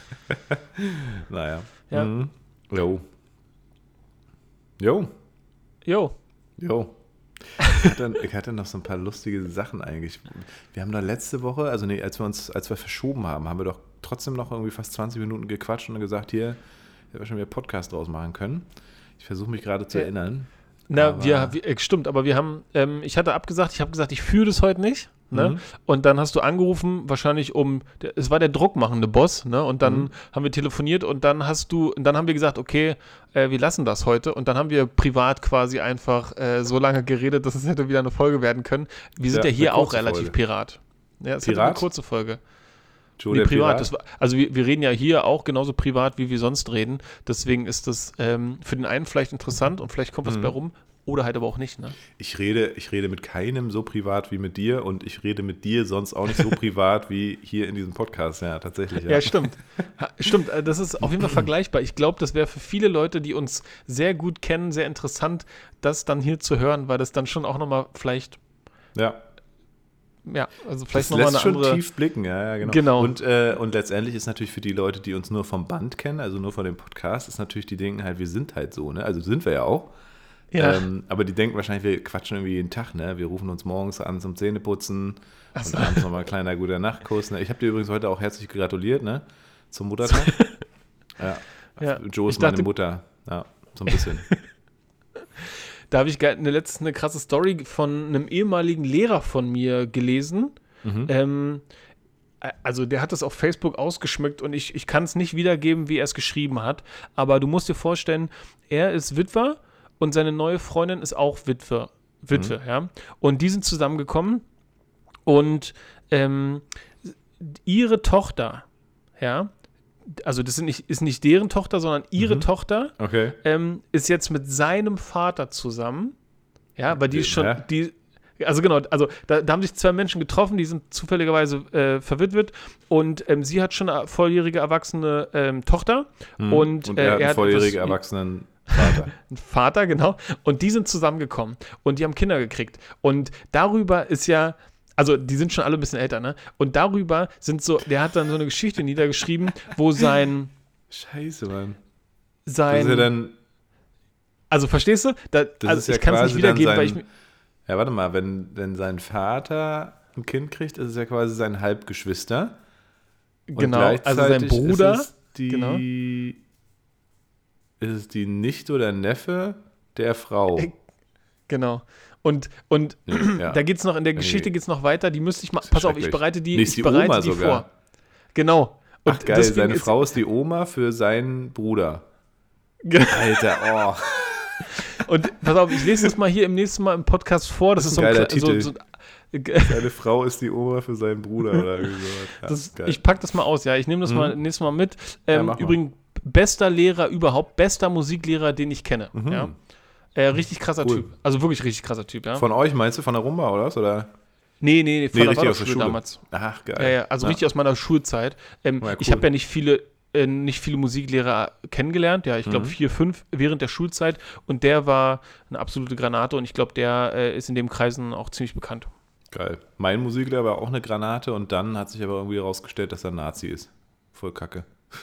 Naja.
Ja.
Mhm. Jo. Jo.
Jo,
Jo. Ich hatte, ich hatte noch so ein paar lustige Sachen eigentlich. Wir haben da letzte Woche, also nee, als wir uns, als wir verschoben haben, haben wir doch trotzdem noch irgendwie fast zwanzig Minuten gequatscht und gesagt, hier, hätten wir schon wieder Podcast draus machen können. Ich versuche mich gerade zu
Ja.
erinnern.
Na,
Aber-
wir, wir, äh, stimmt, aber wir haben, ähm, ich hatte abgesagt, ich habe gesagt, ich führe das heute nicht. Ne?
Mhm.
Und dann hast du angerufen, wahrscheinlich um, der, es war der druckmachende Boss, ne? Und dann
Mhm.
haben wir telefoniert und dann hast du, und dann haben wir gesagt, okay, äh, wir lassen das heute. Und dann haben wir privat quasi einfach äh, so lange geredet, dass es hätte wieder eine Folge werden können. Wir sind
Ja,
ja, hier
eine
auch
kurze
relativ
Folge.
pirat. Ja, es hätte
Pirat?
eine kurze Folge.
Joe
Nee,
der
privat.
Pirat?
Das war, also wir, wir reden ja hier auch genauso privat, wie wir sonst reden. Deswegen ist das ähm, für den einen vielleicht interessant und vielleicht kommt was
Mhm.
bei rum. Oder halt aber auch nicht, ne?
Ich rede, ich rede mit keinem so privat wie mit dir und ich rede mit dir sonst auch nicht so privat wie hier in diesem Podcast. Ja, tatsächlich. Ja,
Ja, stimmt. Ha, stimmt, äh, das ist auf jeden Fall vergleichbar. Ich glaube, das wäre für viele Leute, die uns sehr gut kennen, sehr interessant, das dann hier zu hören, weil das dann schon auch nochmal vielleicht,
ja.
ja, also vielleicht
Das
nochmal
lässt
eine
schon
andere.
tief blicken, ja, ja, genau.
Genau.
Und, äh, und letztendlich ist natürlich für die Leute, die uns nur vom Band kennen, also nur von dem Podcast, ist natürlich, die denken halt, wir sind halt so, ne? Also sind wir ja auch.
Ja.
Ähm, aber die denken wahrscheinlich, wir quatschen irgendwie jeden Tag, ne? Wir rufen uns morgens an zum Zähneputzen
Ach so.
und abends nochmal ein kleiner guter Nachtkuss. Ne? Ich habe dir übrigens heute auch herzlich gratuliert, ne? Zum Muttertag. ja.
Ja.
Joe ist
Ich dachte-
meine Mutter. Ja, so ein bisschen.
Da habe ich ge- eine letzte eine krasse Story von einem ehemaligen Lehrer von mir gelesen.
Mhm.
Ähm, äh, also der hat das auf Facebook ausgeschmückt und ich, ich kann es nicht wiedergeben, wie er es geschrieben hat. Aber du musst dir vorstellen, er ist Witwer und seine neue Freundin ist auch Witwe. Witwe, ja. Und die sind zusammengekommen und ähm, ihre Tochter, ja, also das sind nicht, ist nicht deren Tochter, sondern ihre
Mhm.
Tochter
Okay.
ähm, ist jetzt mit seinem Vater zusammen. Ja, weil die ist schon,
Ja.
die, also genau, also da, da haben sich zwei Menschen getroffen, die sind zufälligerweise äh, verwitwet und ähm, sie hat schon eine volljährige erwachsene ähm, Tochter
Mhm.
und,
und
äh,
er hat
er
einen
hat
volljährigen
etwas-
erwachsenen Vater.
einen Vater, genau. Und die sind zusammengekommen und die haben Kinder gekriegt. Und darüber ist ja, also die sind schon alle ein bisschen älter, ne? Und darüber sind so, der hat dann so eine Geschichte niedergeschrieben, wo sein,
Scheiße, Mann. Das
sein,
ist ja dann,
also verstehst du? Da,
das
also
ist ja
ich kann es nicht
quasi dann
wiedergeben, weil ich
sein,
mi-
ja, warte mal, wenn, wenn sein Vater ein Kind kriegt, ist es ja quasi sein Halbgeschwister. Und
genau, also sein
gleichzeitig
Bruder,
ist es die,
genau.
ist es die Nichte oder Neffe der Frau.
Äh, genau. Und, und
Nee, ja.
da geht es noch, in der Geschichte
Nee.
geht es noch weiter, die müsste ich mal,
Ist ja
pass auf, ich
schrecklich.
bereite die,
Nee, ist
ich
die
bereite
Oma
die
sogar.
vor. Genau. Und
Ach geil,
deswegen
seine
ist-
Frau ist die Oma für seinen Bruder.
Ge-
Alter, oh.
Und pass auf, ich lese das mal hier im nächsten Mal im Podcast vor. Das,
Das
ist
ist
so
ein
ein
geiler
Kle-
Titel.
so, so,
Seine Frau ist die Oma für seinen Bruder oder irgendwie sowas. Ja,
das,
geil.
ich pack das mal aus, ja. Ich nehme das
Mhm.
mal nächstes Mal mit.
Ja,
Ähm,
mach mal.
übrigens, bester Lehrer überhaupt, bester Musiklehrer, den ich kenne.
Mhm.
Ja. Äh, richtig krasser
Cool.
Typ. Also wirklich richtig krasser Typ, ja.
Von euch meinst du, von der Rumba oder was? Oder?
nee, nee, nee, von
Nee,
der
richtig aus der
Waldorfschule
Schule.
damals.
Ach, geil.
Ja, ja, also richtig aus meiner Schulzeit. Ähm,
Ja,
Ich
cool.
habe ja nicht viele, äh, nicht viele Musiklehrer kennengelernt. Ja, ich glaube
Mhm.
vier, fünf während der Schulzeit. Und der war eine absolute Granate. Und ich glaube, der äh, ist in dem Kreisen auch ziemlich bekannt.
Geil. Mein Musiklehrer war auch eine Granate und dann hat sich aber irgendwie herausgestellt, dass er Nazi ist. Voll kacke.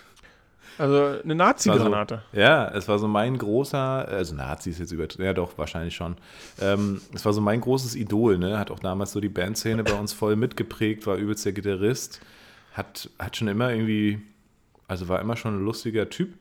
Also eine Nazi-Granate.
So, ja, es war so mein großer, also Nazi ist jetzt übertrieben, ja doch, wahrscheinlich schon. Ähm, es war so mein großes Idol, ne? Hat auch damals so die Bandszene bei uns voll mitgeprägt, war übelst der Gitarrist, hat, hat schon immer irgendwie, also war immer schon ein lustiger Typ.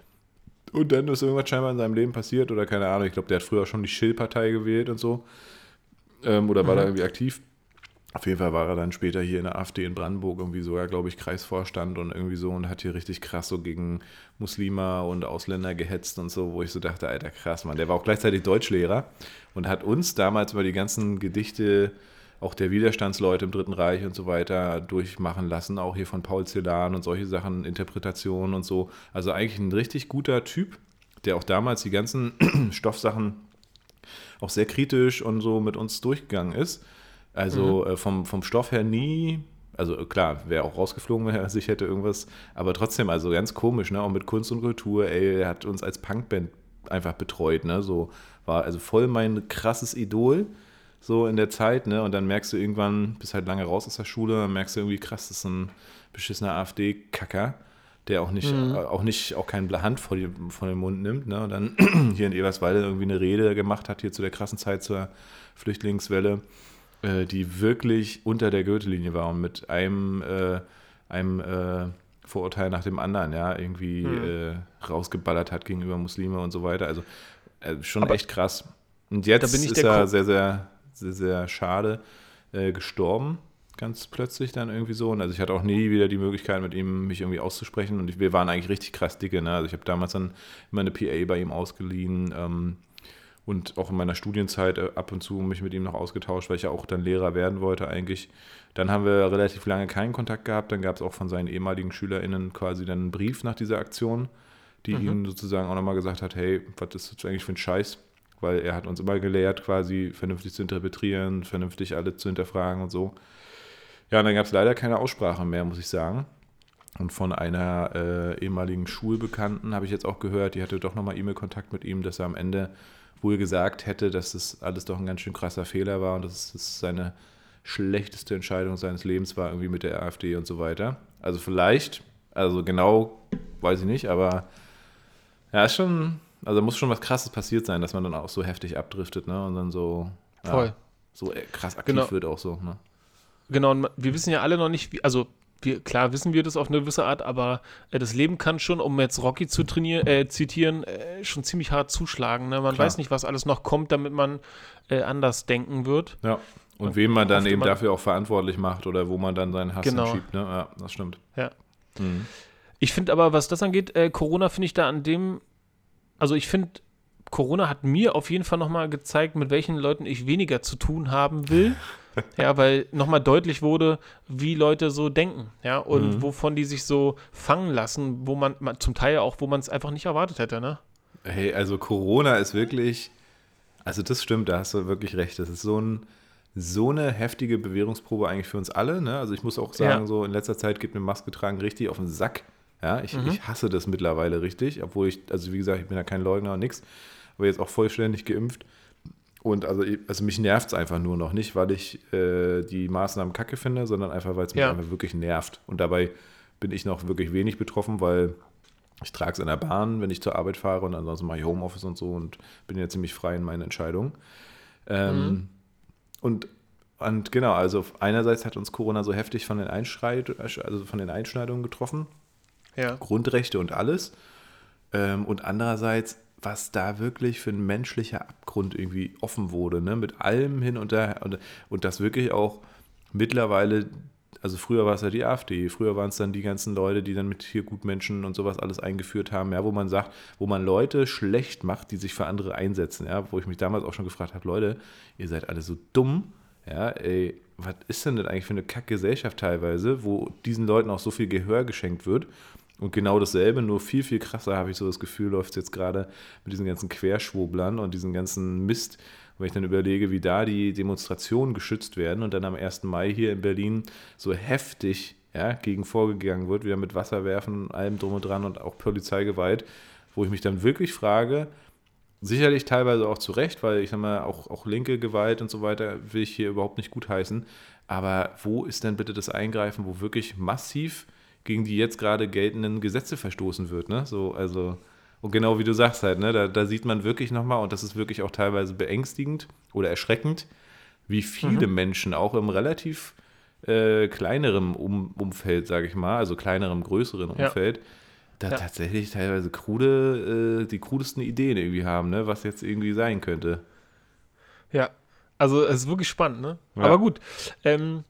Und dann ist irgendwas scheinbar in seinem Leben passiert oder keine Ahnung, ich glaube, der hat früher schon die Schill-Partei gewählt und so. Ähm, oder war
Mhm.
da irgendwie aktiv. Auf jeden Fall war er dann später hier in der AfD in Brandenburg irgendwie sogar, glaube ich, Kreisvorstand und irgendwie so und hat hier richtig krass so gegen Muslime und Ausländer gehetzt und so, wo ich so dachte, Alter, krass, Mann. Der war auch gleichzeitig Deutschlehrer und hat uns damals über die ganzen Gedichte, auch der Widerstandsleute im Dritten Reich und so weiter, durchmachen lassen, auch hier von Paul Celan und solche Sachen, Interpretationen und so. Also eigentlich ein richtig guter Typ, der auch damals die ganzen Stoffsachen auch sehr kritisch und so mit uns durchgegangen ist. Also äh, vom, vom Stoff her nie, also äh, klar, wäre auch rausgeflogen, wenn er sich hätte irgendwas, aber trotzdem, also ganz komisch, ne, auch mit Kunst und Kultur, ey, er hat uns als Punkband einfach betreut, ne, so, war also voll mein krasses Idol, so in der Zeit, ne, und dann merkst du irgendwann, bist halt lange raus aus der Schule, dann merkst du irgendwie, krass, das ist ein beschissener AfD-Kacker, der auch nicht,
Mhm.
äh, auch nicht, auch kein Hand vor, die, vor den Mund nimmt, ne, und dann hier in Eberswalde irgendwie eine Rede gemacht hat, hier zu der krassen Zeit zur Flüchtlingswelle, die wirklich unter der Gürtellinie war und mit einem, äh, einem äh, Vorurteil nach dem anderen, ja, irgendwie
Mhm.
äh, rausgeballert hat gegenüber Muslime und so weiter. Also äh, schon
Aber
echt krass. Und jetzt
da bin ich
ist
der
er
Ko-
sehr, sehr, sehr, sehr schade äh, gestorben, ganz plötzlich dann irgendwie so. Und also ich hatte auch nie wieder die Möglichkeit, mit ihm mich irgendwie auszusprechen. Und ich, wir waren eigentlich richtig krass dicke. Ne? Also ich habe damals dann immer eine P A bei ihm ausgeliehen ähm, und auch in meiner Studienzeit äh, ab und zu mich mit ihm noch ausgetauscht, weil ich ja auch dann Lehrer werden wollte eigentlich. Dann haben wir relativ lange keinen Kontakt gehabt. Dann gab es auch von seinen ehemaligen SchülerInnen quasi dann einen Brief nach dieser Aktion, die
Mhm.
ihm sozusagen auch nochmal gesagt hat, hey, was ist das eigentlich für ein Scheiß? Weil er hat uns immer gelehrt, quasi vernünftig zu interpretieren, vernünftig alle zu hinterfragen und so. Ja, und dann gab es leider keine Aussprache mehr, muss ich sagen. Und von einer äh, ehemaligen Schulbekannten habe ich jetzt auch gehört, die hatte doch nochmal E-Mail-Kontakt mit ihm, dass er am Ende wohl gesagt hätte, dass das alles doch ein ganz schön krasser Fehler war und dass es seine schlechteste Entscheidung seines Lebens war, irgendwie mit der AfD und so weiter. Also vielleicht, also genau, weiß ich nicht, aber ja, ist schon, also muss schon was Krasses passiert sein, dass man dann auch so heftig abdriftet, ne? Und dann so, ja,
Voll.
so äh, krass aktiv
Genau.
wird auch so, ne?
Genau, und wir wissen ja alle noch nicht, wie, also wir, klar wissen wir das auf eine gewisse Art, aber äh, das Leben kann schon, um jetzt Rocky zu trainieren, äh, zitieren, äh, schon ziemlich hart zuschlagen. Ne? Man
Klar.
weiß nicht, was alles noch kommt, damit man äh, anders denken wird.
Ja. Und,
Und
wen man dann
hoffte
eben
man-
dafür auch verantwortlich macht oder wo man dann seinen Hass
Genau.
hinschiebt, ne? Ja, das stimmt.
Ja.
Mhm.
Ich finde aber, was das angeht, äh, Corona finde ich da an dem, also ich finde, Corona hat mir auf jeden Fall nochmal gezeigt, mit welchen Leuten ich weniger zu tun haben will. Ja, weil nochmal deutlich wurde, wie Leute so denken, ja, und
Mhm.
wovon die sich so fangen lassen, wo man, man zum Teil auch, wo man es einfach nicht erwartet hätte, ne?
Hey, also Corona ist wirklich, also das stimmt, da hast du wirklich recht. Das ist so, ein, so eine heftige Bewährungsprobe eigentlich für uns alle. Ne? Also ich muss auch sagen,
Ja.
so in letzter Zeit geht mir Maske tragen richtig auf den Sack. Ja, ich,
Mhm.
ich hasse das mittlerweile richtig, obwohl ich, also wie gesagt, ich bin ja kein Leugner und nix, aber jetzt auch vollständig geimpft. Und also, ich- also mich nervt es einfach nur noch nicht, weil ich äh, die Maßnahmen kacke finde, sondern einfach, weil es mich
Ja.
einfach wirklich nervt. Und dabei bin ich noch wirklich wenig betroffen, weil ich trage es in der Bahn, wenn ich zur Arbeit fahre und ansonsten mache ich Homeoffice und so und bin ja ziemlich frei in meinen Entscheidungen. Ähm,
Mhm.
und, und genau, also einerseits hat uns Corona so heftig von den, Einschreit, also von den Einschneidungen getroffen,
Ja.
Grundrechte und alles. Ähm, und andererseits, was da wirklich für ein menschlicher Abgrund irgendwie offen wurde, ne? Mit allem hin und her. Und, und das wirklich auch mittlerweile, also früher war es ja die AfD, früher waren es dann die ganzen Leute, die dann mit hier Gutmenschen und sowas alles eingeführt haben, ja, wo man sagt, wo man Leute schlecht macht, die sich für andere einsetzen, ja, wo ich mich damals auch schon gefragt habe, Leute, ihr seid alle so dumm, ja, ey, was ist denn das eigentlich für eine Kackgesellschaft teilweise, wo diesen Leuten auch so viel Gehör geschenkt wird. Und genau dasselbe, nur viel, viel krasser, habe ich so das Gefühl, läuft es jetzt gerade mit diesen ganzen Querschwoblern und diesen ganzen Mist, wenn ich dann überlege, wie da die Demonstrationen geschützt werden und dann am ersten Mai hier in Berlin so heftig ja, gegen vorgegangen wird, wieder mit Wasserwerfen und allem drum und dran und auch Polizeigewalt, wo ich mich dann wirklich frage, sicherlich teilweise auch zu Recht, weil ich sag mal, auch, auch linke Gewalt und so weiter will ich hier überhaupt nicht gutheißen, aber wo ist denn bitte das Eingreifen, wo wirklich massiv gegen die jetzt gerade geltenden Gesetze verstoßen wird, ne? So, also, und genau wie du sagst halt, ne, da, da sieht man wirklich nochmal, und das ist wirklich auch teilweise beängstigend oder erschreckend, wie viele
Mhm.
Menschen auch im relativ äh, kleinerem um, Umfeld, sage ich mal, also kleinerem, größeren
Ja.
Umfeld, da
Ja.
tatsächlich teilweise krude, äh, die krudesten Ideen irgendwie haben, ne, was jetzt irgendwie sein könnte.
Ja. Also es ist wirklich spannend, ne?
Ja.
Aber gut. Ähm,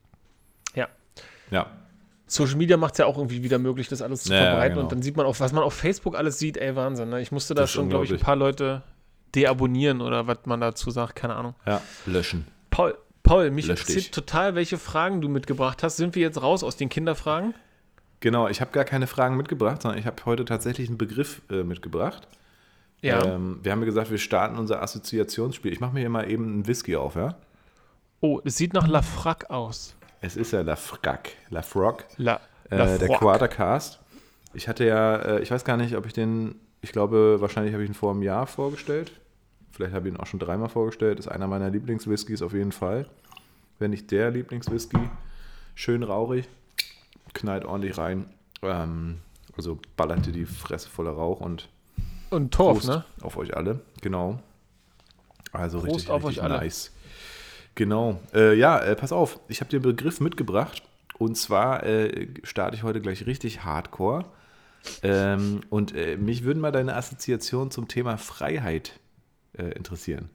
Ja,
Social Media macht es ja auch irgendwie wieder möglich, das alles zu
Ja,
verbreiten.
genau.
Und dann sieht man auch, was man auf Facebook alles sieht, ey, Wahnsinn. Ne? Ich musste da
Das ist
schon, glaube ich, ein
unglaublich.
paar Leute deabonnieren oder was man dazu sagt, keine Ahnung.
ja, löschen.
Paul, Paul mich
Lösch
interessiert
dich.
total, welche Fragen du mitgebracht hast. Sind wir jetzt raus aus den Kinderfragen?
Genau, ich habe gar keine Fragen mitgebracht, sondern ich habe heute tatsächlich einen Begriff äh, mitgebracht.
Ja.
Ähm, wir haben ja gesagt, wir starten unser Assoziationsspiel. Ich mache mir hier mal eben einen Whisky auf, ja?
Oh, es sieht nach Lafrac aus.
Es ist ja La Frac, La Frog,
La,
äh,
La
der
Froc.
Quartercast. Ich hatte ja, äh, ich weiß gar nicht, ob ich den, ich glaube, wahrscheinlich habe ich ihn vor einem Jahr vorgestellt. Vielleicht habe ich ihn auch schon dreimal vorgestellt. Ist einer meiner Lieblingswhiskys auf jeden Fall. Wenn nicht der Lieblingswhisky. Schön rauchig, knallt ordentlich rein. Ähm, also ballert dir die Fresse voller Rauch und
Und Torf,
Prost
ne?
auf euch alle, genau. Also
Prost
richtig,
auf
richtig
euch alle.
nice. Genau. Äh, ja, äh, pass auf, ich habe dir einen Begriff mitgebracht Und zwar äh, starte ich heute gleich richtig hardcore. Ähm, und äh, mich würden mal deine Assoziation zum Thema Freiheit äh, interessieren.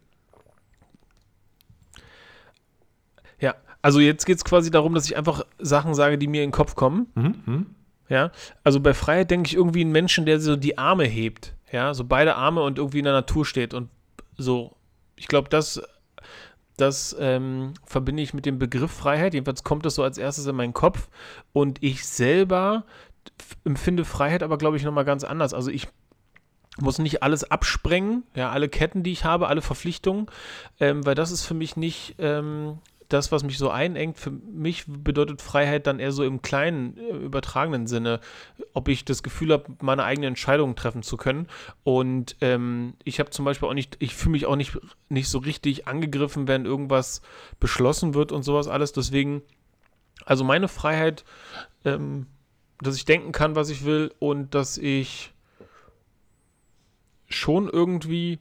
Ja, also jetzt geht es quasi darum, dass ich einfach Sachen sage, die mir in den Kopf kommen.
Mhm, mhm.
Ja, also bei Freiheit denke ich irgendwie einen Menschen, der so die Arme hebt. Ja, so beide Arme und irgendwie in der Natur steht und so. Ich glaube, das, das ähm, verbinde ich mit dem Begriff Freiheit. Jedenfalls kommt das so als erstes in meinen Kopf. Und ich selber f- empfinde Freiheit aber, glaube ich, nochmal ganz anders. Also ich muss nicht alles absprengen, ja, alle Ketten, die ich habe, alle Verpflichtungen, ähm, weil das ist für mich nicht ähm, das, was mich so einengt. Für mich bedeutet Freiheit dann eher so im kleinen, äh, übertragenen Sinne, ob ich das Gefühl habe, meine eigenen Entscheidungen treffen zu können. Und ähm, ich habe zum Beispiel auch nicht, ich fühle mich auch nicht, nicht so richtig angegriffen, wenn irgendwas beschlossen wird und sowas alles. Deswegen, also meine Freiheit, ähm, dass ich denken kann, was ich will und dass ich schon irgendwie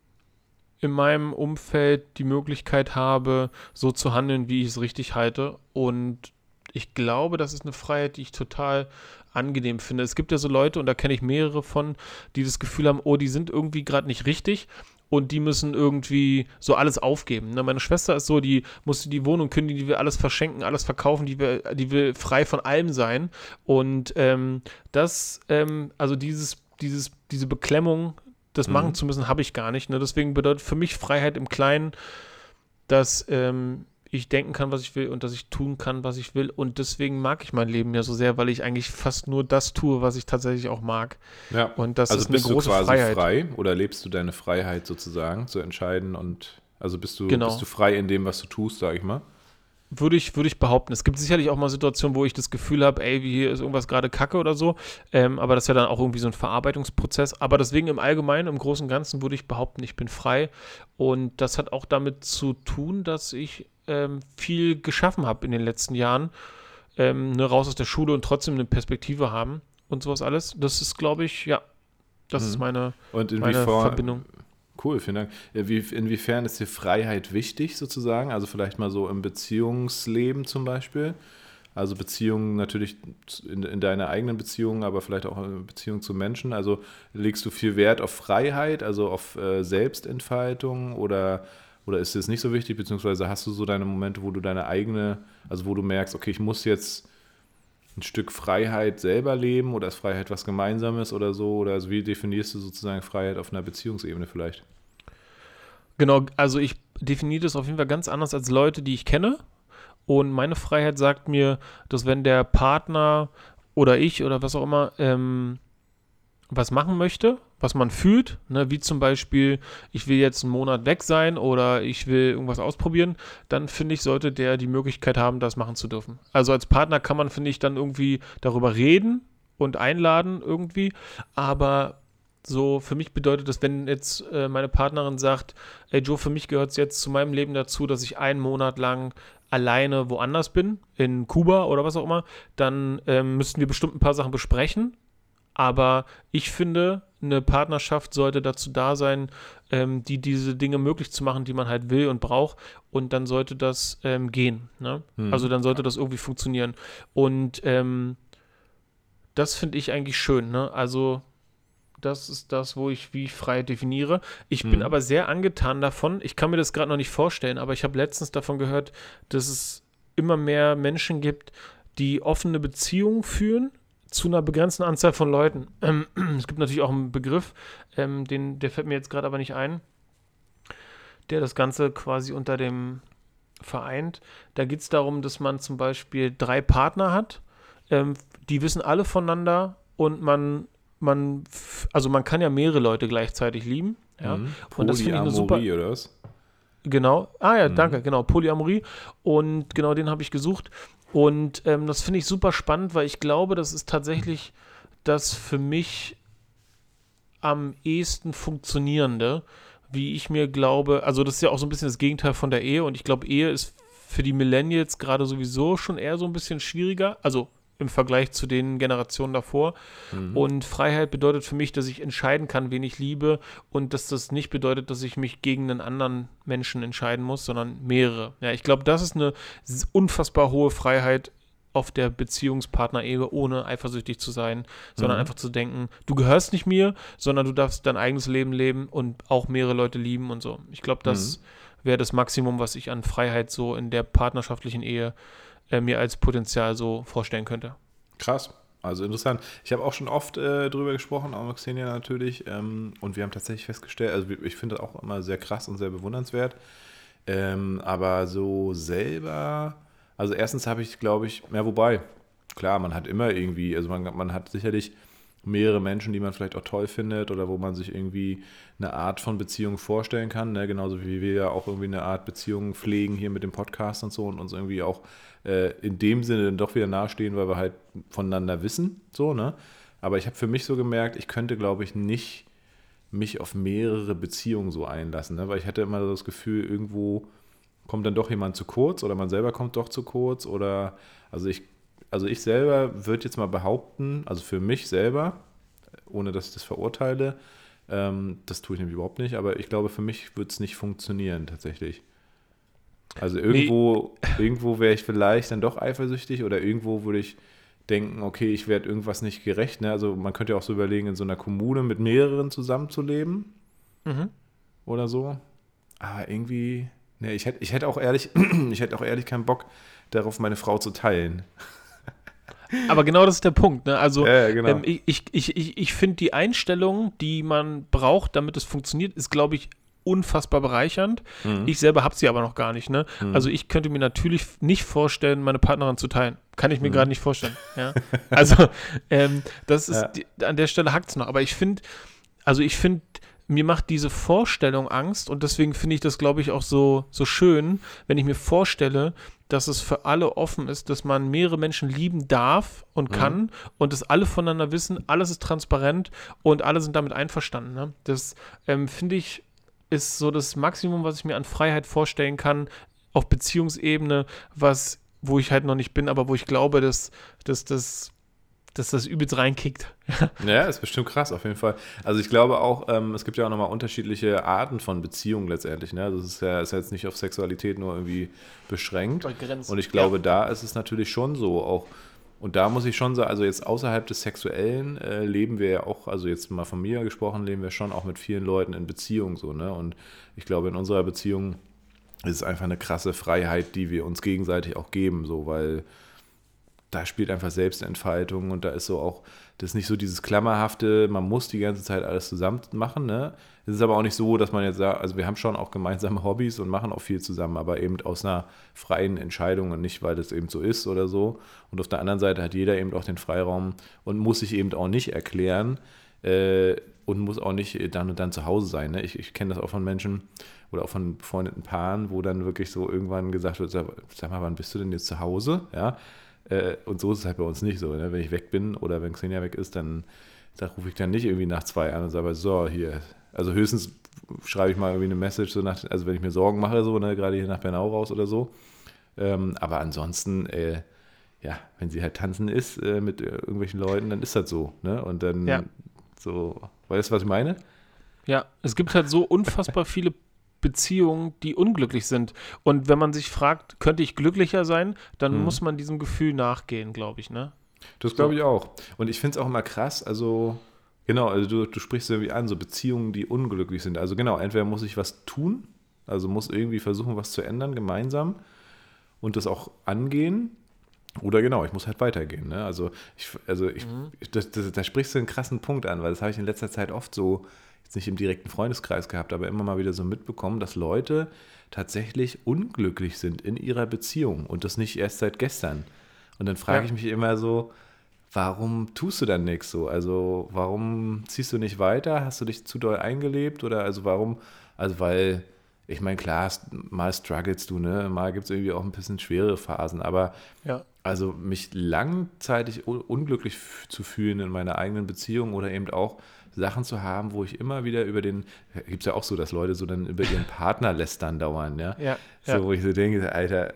in meinem Umfeld die Möglichkeit habe, so zu handeln, wie ich es richtig halte. Und ich glaube, das ist eine Freiheit, die ich total angenehm finde. Es gibt ja so Leute, und da kenne ich mehrere von, die das Gefühl haben, oh, die sind irgendwie gerade nicht richtig und die müssen irgendwie so alles aufgeben. Ne? Meine Schwester ist so, die musste die Wohnung kündigen, die will alles verschenken, alles verkaufen, die will, die will frei von allem sein. Und ähm, das, ähm, also dieses, dieses, diese Beklemmung, das machen
Mhm.
zu müssen, habe ich gar nicht. Ne? Deswegen bedeutet für mich Freiheit im Kleinen, dass ähm, ich denken kann, was ich will und dass ich tun kann, was ich will. Und deswegen mag ich mein Leben ja so sehr, weil ich eigentlich fast nur das tue, was ich tatsächlich auch mag.
Ja.
Und das
Also
ist eine
bist du
große
quasi
Freiheit.
frei oder lebst du deine Freiheit sozusagen zu entscheiden und also bist du,
Genau.
bist du frei in dem, was du tust, sag ich mal?
Würde ich, würde ich behaupten. Es gibt sicherlich auch mal Situationen, wo ich das Gefühl habe, ey, wie hier ist irgendwas gerade kacke oder so. Ähm, aber das ist ja dann auch irgendwie so ein Verarbeitungsprozess. Aber deswegen im Allgemeinen, im Großen und Ganzen würde ich behaupten, ich bin frei. Und das hat auch damit zu tun, dass ich ähm, viel geschaffen habe in den letzten Jahren. Ähm, ne, raus aus der Schule und trotzdem eine Perspektive haben und sowas alles. Das ist, glaube ich, ja, das
Mhm.
ist meine,
Und
meine
inwiefern,
Verbindung.
cool, vielen Dank. Äh, Wie, inwiefern ist dir Freiheit wichtig sozusagen? Also vielleicht mal so im Beziehungsleben zum Beispiel. Also Beziehungen natürlich in, in deiner eigenen Beziehung, aber vielleicht auch in Beziehung zu Menschen. Also legst du viel Wert auf Freiheit, also auf äh, Selbstentfaltung oder, oder ist dir das nicht so wichtig? Beziehungsweise hast du so deine Momente, wo du deine eigene, also wo du merkst, okay, ich muss jetzt ein Stück Freiheit selber leben oder ist Freiheit was Gemeinsames oder so? Oder also wie definierst du sozusagen Freiheit auf einer Beziehungsebene vielleicht?
Genau, also ich definiere das auf jeden Fall ganz anders als Leute, die ich kenne. Und meine Freiheit sagt mir, dass wenn der Partner oder ich oder was auch immer ähm, was machen möchte, was man fühlt, ne, wie zum Beispiel, ich will jetzt einen Monat weg sein oder ich will irgendwas ausprobieren, dann finde ich, sollte der die Möglichkeit haben, das machen zu dürfen. Also als Partner kann man, finde ich, dann irgendwie darüber reden und einladen irgendwie, aber so für mich bedeutet das, wenn jetzt äh, meine Partnerin sagt, ey Joe, für mich gehört es jetzt zu meinem Leben dazu, dass ich einen Monat lang alleine woanders bin, in Kuba oder was auch immer, dann ähm, müssten wir bestimmt ein paar Sachen besprechen. Aber ich finde, eine Partnerschaft sollte dazu da sein, ähm, die diese Dinge möglich zu machen, die man halt will und braucht. Und dann sollte das ähm, gehen. Ne?
Hm.
Also dann sollte das irgendwie funktionieren. Und ähm, das finde ich eigentlich schön. Ne? Also das ist das, wo ich wie frei definiere. Ich bin
Hm.
aber sehr angetan davon. Ich kann mir das gerade noch nicht vorstellen, aber ich habe letztens davon gehört, dass es immer mehr Menschen gibt, die offene Beziehungen führen zu einer begrenzten Anzahl von Leuten. Ähm, es gibt natürlich auch einen Begriff, ähm, den, der fällt mir jetzt gerade aber nicht ein, der das Ganze quasi unter dem vereint. Da geht es darum, dass man zum Beispiel drei Partner hat, ähm, die wissen alle voneinander und man, man, f- also man kann ja mehrere Leute gleichzeitig lieben. Ja?
Mhm.
Und das finde ich eine super.
Polyamorie, oder was?
Genau. Ah ja,
Mhm.
danke, genau, Polyamorie. Und genau den habe ich gesucht. Und ähm, das finde ich super spannend, weil ich glaube, das ist tatsächlich das für mich am ehesten funktionierende, wie ich mir glaube, also das ist ja auch so ein bisschen das Gegenteil von der Ehe und ich glaube, Ehe ist für die Millennials gerade sowieso schon eher so ein bisschen schwieriger, also im Vergleich zu den Generationen davor.
Mhm.
Und Freiheit bedeutet für mich, dass ich entscheiden kann, wen ich liebe und dass das nicht bedeutet, dass ich mich gegen einen anderen Menschen entscheiden muss, sondern mehrere. Ja, ich glaube, das ist eine s- unfassbar hohe Freiheit auf der Beziehungspartnerebene, ohne eifersüchtig zu sein, sondern
Mhm.
einfach zu denken, du gehörst nicht mir, sondern du darfst dein eigenes Leben leben und auch mehrere Leute lieben und so. Ich glaube, das wäre das Maximum, was ich an Freiheit so in der partnerschaftlichen Ehe äh, mir als Potenzial so vorstellen könnte.
Krass, also interessant. Ich habe auch schon oft äh, drüber gesprochen, auch mit Xenia natürlich, ähm, und wir haben tatsächlich festgestellt, also ich finde das auch immer sehr krass und sehr bewundernswert, ähm, aber so selber, also erstens habe ich, glaube ich, ja, wobei, klar, man hat immer irgendwie, also man, man hat sicherlich mehrere Menschen, die man vielleicht auch toll findet oder wo man sich irgendwie eine Art von Beziehung vorstellen kann, ne? Genauso wie wir ja auch irgendwie eine Art Beziehung pflegen hier mit dem Podcast und so und uns irgendwie auch äh, in dem Sinne dann doch wieder nahestehen, weil wir halt voneinander wissen, so, ne? Aber ich habe für mich so gemerkt, ich könnte, glaube ich, nicht mich auf mehrere Beziehungen so einlassen, ne? Weil ich hatte immer so das Gefühl, irgendwo kommt dann doch jemand zu kurz oder man selber kommt doch zu kurz oder, also ich Also ich selber würde jetzt mal behaupten, also für mich selber, ohne dass ich das verurteile, ähm, das tue ich nämlich überhaupt nicht, aber ich glaube, für mich würde es nicht funktionieren tatsächlich. Also irgendwo, irgendwo wäre ich vielleicht dann doch eifersüchtig oder irgendwo würde ich denken, okay, ich werde irgendwas nicht gerecht. Ne? Also man könnte ja auch so überlegen, in so einer Kommune mit mehreren zusammenzuleben
Mhm.
oder so. Aber irgendwie, ne, ich hätte ich hätte auch ehrlich, ich hätte auch ehrlich keinen Bock darauf, meine Frau zu teilen.
Aber genau das ist der Punkt, ne? Also
Ja, ja, genau.
ähm, ich, ich, ich, ich, ich finde die Einstellung, die man braucht, damit es funktioniert, ist, glaube ich, unfassbar bereichernd.
Mhm.
Ich selber habe sie aber noch gar nicht, ne?
Mhm.
Also ich könnte mir natürlich nicht vorstellen, meine Partnerin zu teilen. Kann ich mir
Mhm.
gerade nicht vorstellen. Ja? Also ähm, das ist,
Ja.
die, an der Stelle hakt es noch. Aber ich finde, also ich finde, mir macht diese Vorstellung Angst und deswegen finde ich das, glaube ich, auch so, so schön, wenn ich mir vorstelle, dass es für alle offen ist, dass man mehrere Menschen lieben darf und kann
Mhm.
und dass alle voneinander wissen, alles ist transparent und alle sind damit einverstanden. Ne? Das ähm, finde ich ist so das Maximum, was ich mir an Freiheit vorstellen kann auf Beziehungsebene, was, wo ich halt noch nicht bin, aber wo ich glaube, dass, dass, dass, dass das übelst reinkickt.
Ja, ist bestimmt krass, auf jeden Fall. Also ich glaube auch, ähm, es gibt ja auch nochmal unterschiedliche Arten von Beziehungen letztendlich. Ne? Also es ist ja, ist ja jetzt nicht auf Sexualität nur irgendwie beschränkt.
Begrenzt.
Und ich glaube, da ist es natürlich schon so auch. Und da muss ich schon sagen, also jetzt außerhalb des Sexuellen äh, leben wir ja auch, also jetzt mal von mir gesprochen, leben wir schon auch mit vielen Leuten in Beziehung so, ne? Und ich glaube, in unserer Beziehung ist es einfach eine krasse Freiheit, die wir uns gegenseitig auch geben, so, weil da spielt einfach Selbstentfaltung und da ist so auch, das ist nicht so dieses Klammerhafte, man muss die ganze Zeit alles zusammen machen, ne? Es ist aber auch nicht so, dass man jetzt sagt, also wir haben schon auch gemeinsame Hobbys und machen auch viel zusammen, aber eben aus einer freien Entscheidung und nicht, weil das eben so ist oder so. Und auf der anderen Seite hat jeder eben auch den Freiraum und muss sich eben auch nicht erklären äh, und muss auch nicht dann und dann zu Hause sein. Ne? Ich, ich kenne das auch von Menschen oder auch von befreundeten Paaren, wo dann wirklich so irgendwann gesagt wird, sag, sag mal, wann bist du denn jetzt zu Hause? Ja. Äh, und so ist es halt bei uns nicht so. Ne? Wenn ich weg bin oder wenn Xenia weg ist, dann da rufe ich dann nicht irgendwie nach zwei an und sage, so, hier. Also höchstens schreibe ich mal irgendwie eine Message, so nach, also wenn ich mir Sorgen mache, so, ne, gerade hier nach Bernau raus oder so. Ähm, aber ansonsten, äh, ja, wenn sie halt tanzen ist äh, mit äh, irgendwelchen Leuten, dann ist das so. Ne? Und dann
Ja.
so, weißt du, was ich meine?
Ja, es gibt halt so unfassbar viele Beziehungen, die unglücklich sind. Und wenn man sich fragt, könnte ich glücklicher sein, dann
Mhm.
muss man diesem Gefühl nachgehen, glaube ich, ne?
Das glaube ich auch. Und ich finde es auch immer krass, also genau, also du, du sprichst irgendwie an, so Beziehungen, die unglücklich sind. Also genau, entweder muss ich was tun, also muss irgendwie versuchen, was zu ändern gemeinsam und das auch angehen. Oder genau, ich muss halt weitergehen. Ne? Also, ich, also ich,
Mhm.
das, das, da sprichst du einen krassen Punkt an, weil das habe ich in letzter Zeit oft so, jetzt nicht im direkten Freundeskreis gehabt, aber immer mal wieder so mitbekommen, dass Leute tatsächlich unglücklich sind in ihrer Beziehung und das nicht erst seit gestern. Und dann frage
Ja.
ich mich immer so, warum tust du dann nichts so? Also warum ziehst du nicht weiter? Hast du dich zu doll eingelebt? Oder also warum, also weil, ich meine, klar, mal strugglest du, ne? Mal gibt es irgendwie auch ein bisschen schwere Phasen, aber
Ja.
also mich langzeitig un- unglücklich f- zu fühlen in meiner eigenen Beziehung oder eben auch Sachen zu haben, wo ich immer wieder über den, gibt es ja auch so, dass Leute so dann über ihren Partner lästern dauern, ja?
Ja.
So,
ja.
wo ich so denke, Alter,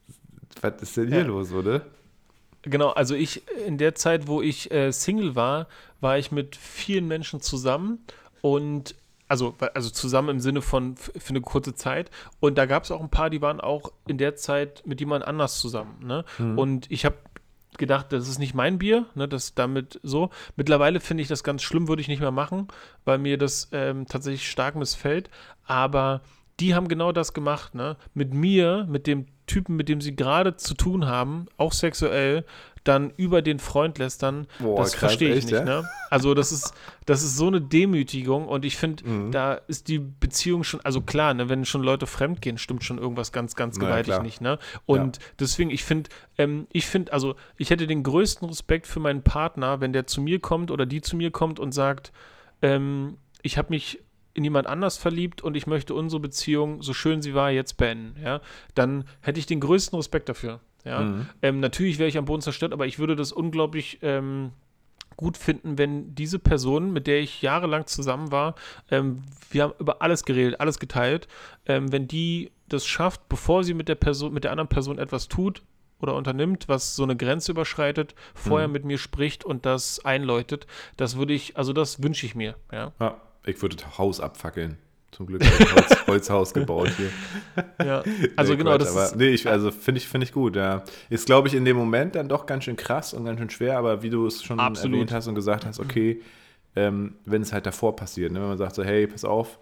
was ist denn hier
Ja.
los, oder?
Genau, also ich, in der Zeit, wo ich äh, Single war, war ich mit vielen Menschen zusammen und also, also zusammen im Sinne von f- für eine kurze Zeit. Und da gab es auch ein paar, die waren auch in der Zeit mit jemand anders zusammen. Ne?
Mhm.
Und ich habe gedacht, das ist nicht mein Bier, ne, das damit so. Mittlerweile finde ich das ganz schlimm, würde ich nicht mehr machen, weil mir das ähm, tatsächlich stark missfällt. Aber die haben genau das gemacht, ne? Mit mir, mit dem Typen, mit dem sie gerade zu tun haben, auch sexuell, dann über den Freund lästern,
Boah,
das
krass,
verstehe ich
echt,
nicht,
ja?
ne? Also das ist, das ist so eine Demütigung und ich finde,
Mhm.
da ist die Beziehung schon, also klar, ne, wenn schon Leute fremdgehen, stimmt schon irgendwas ganz, ganz
Na ja,
gewaltig
klar.
nicht, ne? Und deswegen, ich finde, ähm, ich finde, also ich hätte den größten Respekt für meinen Partner, wenn der zu mir kommt oder die zu mir kommt und sagt, ähm, ich habe mich in jemand anders verliebt und ich möchte unsere Beziehung, so schön sie war, jetzt beenden, ja, dann hätte ich den größten Respekt dafür, ja.
Mhm.
Ähm, natürlich wäre ich am Boden zerstört, aber ich würde das unglaublich ähm, gut finden, wenn diese Person, mit der ich jahrelang zusammen war, ähm, wir haben über alles geredet, alles geteilt, ähm, wenn die das schafft, bevor sie mit der Person, mit der anderen Person etwas tut oder unternimmt, was so eine Grenze überschreitet, vorher
Mhm.
mit mir spricht und das einläutet, das würde ich, also das wünsche ich mir, ja.
Ja, ich würde das Haus abfackeln. Zum Glück habe ich ein Holz, Holzhaus gebaut hier.
Ja, also
Nee,
genau,
Quatsch,
das
aber
ist,
nee, ich, also finde ich, finde ich gut, ja. Ist, glaube ich, in dem Moment dann doch ganz schön krass und ganz schön schwer, aber wie du es schon
Absolut.
erwähnt hast und gesagt hast, okay, ähm, wenn es halt davor passiert, ne, wenn man sagt so, hey, pass auf,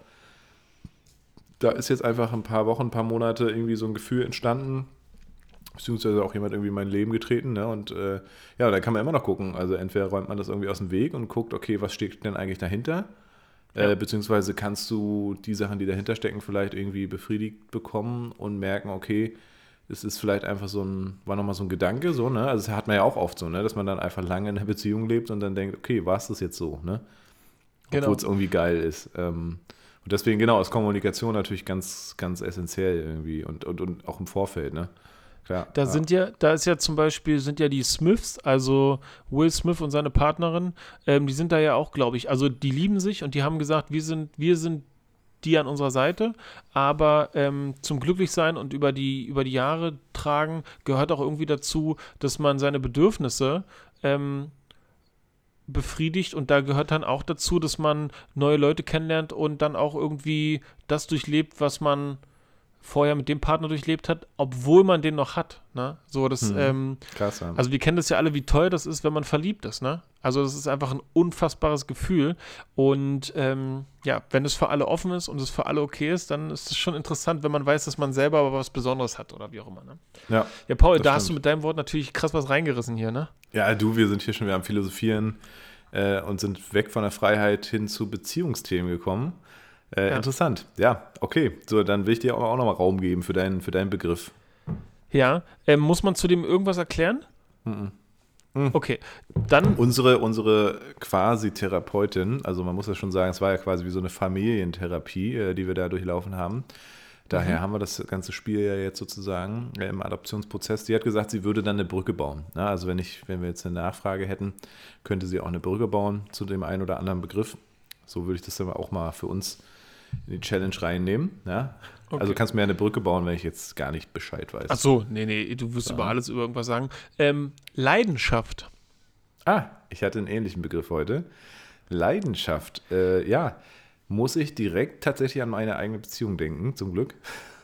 da ist jetzt einfach ein paar Wochen, ein paar Monate irgendwie so ein Gefühl entstanden, beziehungsweise auch jemand irgendwie in mein Leben getreten, ne, und äh, ja, dann kann man immer noch gucken, also entweder räumt man das irgendwie aus dem Weg und guckt, okay, was steht denn eigentlich dahinter?
Ja.
Äh, beziehungsweise kannst du die Sachen, die dahinter stecken, vielleicht irgendwie befriedigt bekommen und merken, okay, es ist vielleicht einfach so ein, war nochmal so ein Gedanke, so, ne? Also das hat man ja auch oft so, ne? Dass man dann einfach lange in einer Beziehung lebt und dann denkt, okay, war es das jetzt so, ne? Obwohl
Genau.
es irgendwie geil ist. Ähm, und deswegen, genau, ist Kommunikation natürlich ganz, ganz essentiell irgendwie und, und, und auch im Vorfeld, ne? Klar.
Da
ja.
sind ja, da ist ja zum Beispiel, sind ja die Smiths, also Will Smith und seine Partnerin, ähm, die sind da ja auch, glaube ich, also die lieben sich und die haben gesagt, wir sind, wir sind die an unserer Seite, aber ähm, zum Glücklichsein und über die, über die Jahre tragen gehört auch irgendwie dazu, dass man seine Bedürfnisse ähm, befriedigt und da gehört dann auch dazu, dass man neue Leute kennenlernt und dann auch irgendwie das durchlebt, was man vorher mit dem Partner durchlebt hat, obwohl man den noch hat, ne? So, das,
Mhm.
ähm,
Krass, ja.
also wir kennen das ja alle, wie toll das ist, wenn man verliebt ist, ne? Also das ist einfach ein unfassbares Gefühl und ähm, ja, wenn es für alle offen ist und es für alle okay ist, dann ist es schon interessant, wenn man weiß, dass man selber aber was Besonderes hat oder wie auch immer, ne?
ja.
Ja, Paul,
Das
da hast du
stimmt.
mit deinem Wort natürlich krass was reingerissen hier, ne?
Ja, du, wir sind hier schon wieder am Philosophieren äh, und sind weg von der Freiheit hin zu Beziehungsthemen gekommen. Äh,
Ja.
Interessant. Ja, okay. So, dann will ich dir auch, auch nochmal Raum geben für deinen, für deinen Begriff.
Ja, ähm, muss man zu dem irgendwas erklären?
Mhm. Mhm.
Okay, dann,
Unsere, unsere quasi Therapeutin, also man muss ja schon sagen, es war ja quasi wie so eine Familientherapie, äh, die wir da durchlaufen haben. Daher
Mhm.
haben wir das ganze Spiel ja jetzt sozusagen äh, im Adoptionsprozess. Die hat gesagt, sie würde dann eine Brücke bauen. Na, also wenn ich, wenn wir jetzt eine Nachfrage hätten, könnte sie auch eine Brücke bauen zu dem einen oder anderen Begriff. So würde ich das dann auch mal für uns in die Challenge reinnehmen. Ja?
Okay.
Also kannst du mir eine Brücke bauen, wenn ich jetzt gar nicht Bescheid weiß.
ach so, nee, nee, du wirst
Ja.
über alles über irgendwas sagen. Ähm, Leidenschaft.
Ah, ich hatte einen ähnlichen Begriff heute. Leidenschaft. Äh, ja, muss ich direkt tatsächlich an meine eigene Beziehung denken, zum Glück.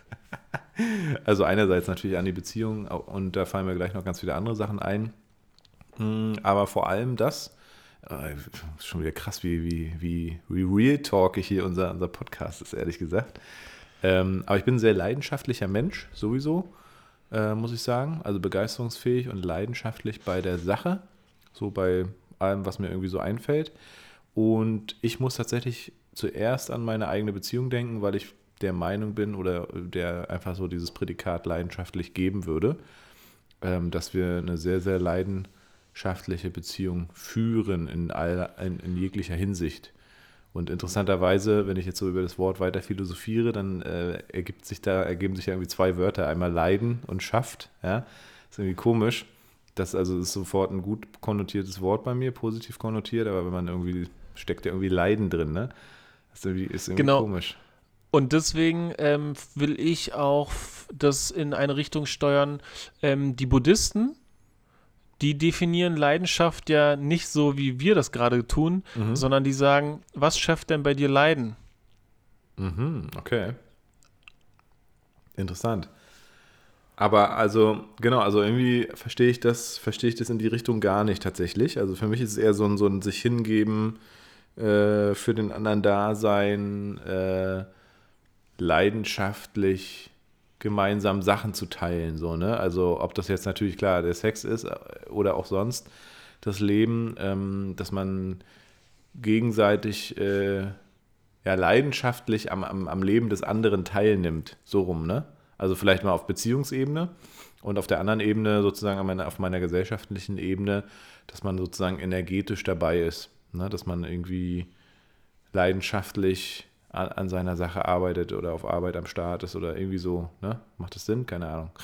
Also einerseits natürlich an die Beziehung und da fallen mir gleich noch ganz viele andere Sachen ein. Mm, Aber vor allem das, äh, ist schon wieder krass, wie, wie, wie, wie real talk ich hier unser, unser Podcast ist, ehrlich gesagt. Ähm, aber ich bin ein sehr leidenschaftlicher Mensch, sowieso, äh, muss ich sagen. Also begeisterungsfähig und leidenschaftlich bei der Sache, so bei allem, was mir irgendwie so einfällt. Und ich muss tatsächlich zuerst an meine eigene Beziehung denken, weil ich der Meinung bin oder der einfach so dieses Prädikat leidenschaftlich geben würde, ähm, dass wir eine sehr, sehr leidenschaftliche Beziehung führen in, all, in, in jeglicher Hinsicht. Und interessanterweise, wenn ich jetzt so über das Wort weiter philosophiere, dann äh, ergibt sich da, ergeben sich ja irgendwie zwei Wörter, einmal Leiden und Schaft. Ja? Ist irgendwie komisch. Das also ist sofort ein gut konnotiertes Wort bei mir, positiv konnotiert, aber wenn man irgendwie, steckt ja irgendwie Leiden drin, ne? Das ist irgendwie, ist irgendwie
Genau.
komisch.
Und deswegen ähm, will ich auch f- das in eine Richtung steuern. Ähm, die Buddhisten, die definieren Leidenschaft ja nicht so, wie wir das gerade tun,
Mhm.
sondern die sagen, was schafft denn bei dir Leiden?
Mhm, okay. Interessant. Aber also, genau, also irgendwie verstehe ich das, verstehe ich das in die Richtung gar nicht tatsächlich. Also für mich ist es eher so ein, so ein sich hingeben, äh, für den anderen da sein, äh, leidenschaftlich gemeinsam Sachen zu teilen, so, ne? Also ob das jetzt natürlich klar der Sex ist äh, oder auch sonst das Leben, ähm, dass man gegenseitig äh, ja, leidenschaftlich am, am, am Leben des anderen teilnimmt, so rum, ne? Also vielleicht mal auf Beziehungsebene und auf der anderen Ebene sozusagen auf meiner, auf meiner gesellschaftlichen Ebene, dass man sozusagen energetisch dabei ist, ne? Dass man irgendwie leidenschaftlich an, an seiner Sache arbeitet oder auf Arbeit am Start ist oder irgendwie so, ne? Macht das Sinn? Keine Ahnung.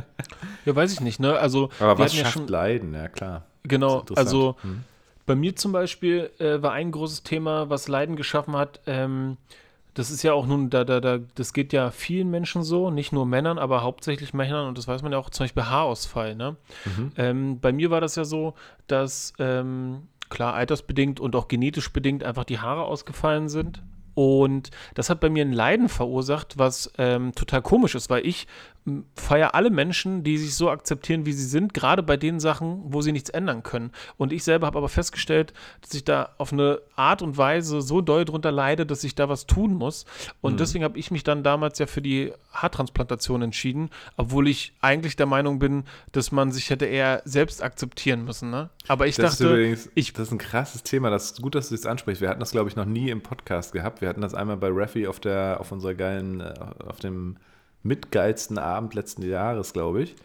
Ja, weiß ich nicht, ne? Also,
Aber
wir
was
hatten ja
schafft
schon,
Leiden? Ja, klar.
genau,
Das ist
also
interessant. Hm.
bei mir zum Beispiel äh, war ein großes Thema, was Leiden geschaffen hat. Ähm, das ist ja auch nun, da, da, da, das geht ja vielen Menschen so, nicht nur Männern, aber hauptsächlich Männern und das weiß man ja auch, zum Beispiel Haarausfall. Ne?
Mhm.
Ähm, bei mir war das ja so, dass ähm, klar altersbedingt und auch genetisch bedingt einfach die Haare ausgefallen sind. Und das hat bei mir ein Leiden verursacht, was ähm, total komisch ist, weil ich feiere alle Menschen, die sich so akzeptieren, wie sie sind, gerade bei den Sachen, wo sie nichts ändern können. Und ich selber habe aber festgestellt, dass ich da auf eine Art und Weise so doll drunter leide, dass ich da was tun muss. Und
Mhm.
deswegen habe ich mich dann damals ja für die Haartransplantation entschieden, obwohl ich eigentlich der Meinung bin, dass man sich hätte eher selbst akzeptieren müssen. Ne? Aber ich
Das ist
dachte,
übrigens,
ich
das ist ein krasses Thema. Das ist gut, dass du das ansprichst. Wir hatten das, glaube ich, noch nie im Podcast gehabt. Wir hatten das einmal bei Raffi auf der, auf unserer geilen, äh, auf dem mitgeilsten Abend letzten Jahres, glaube ich.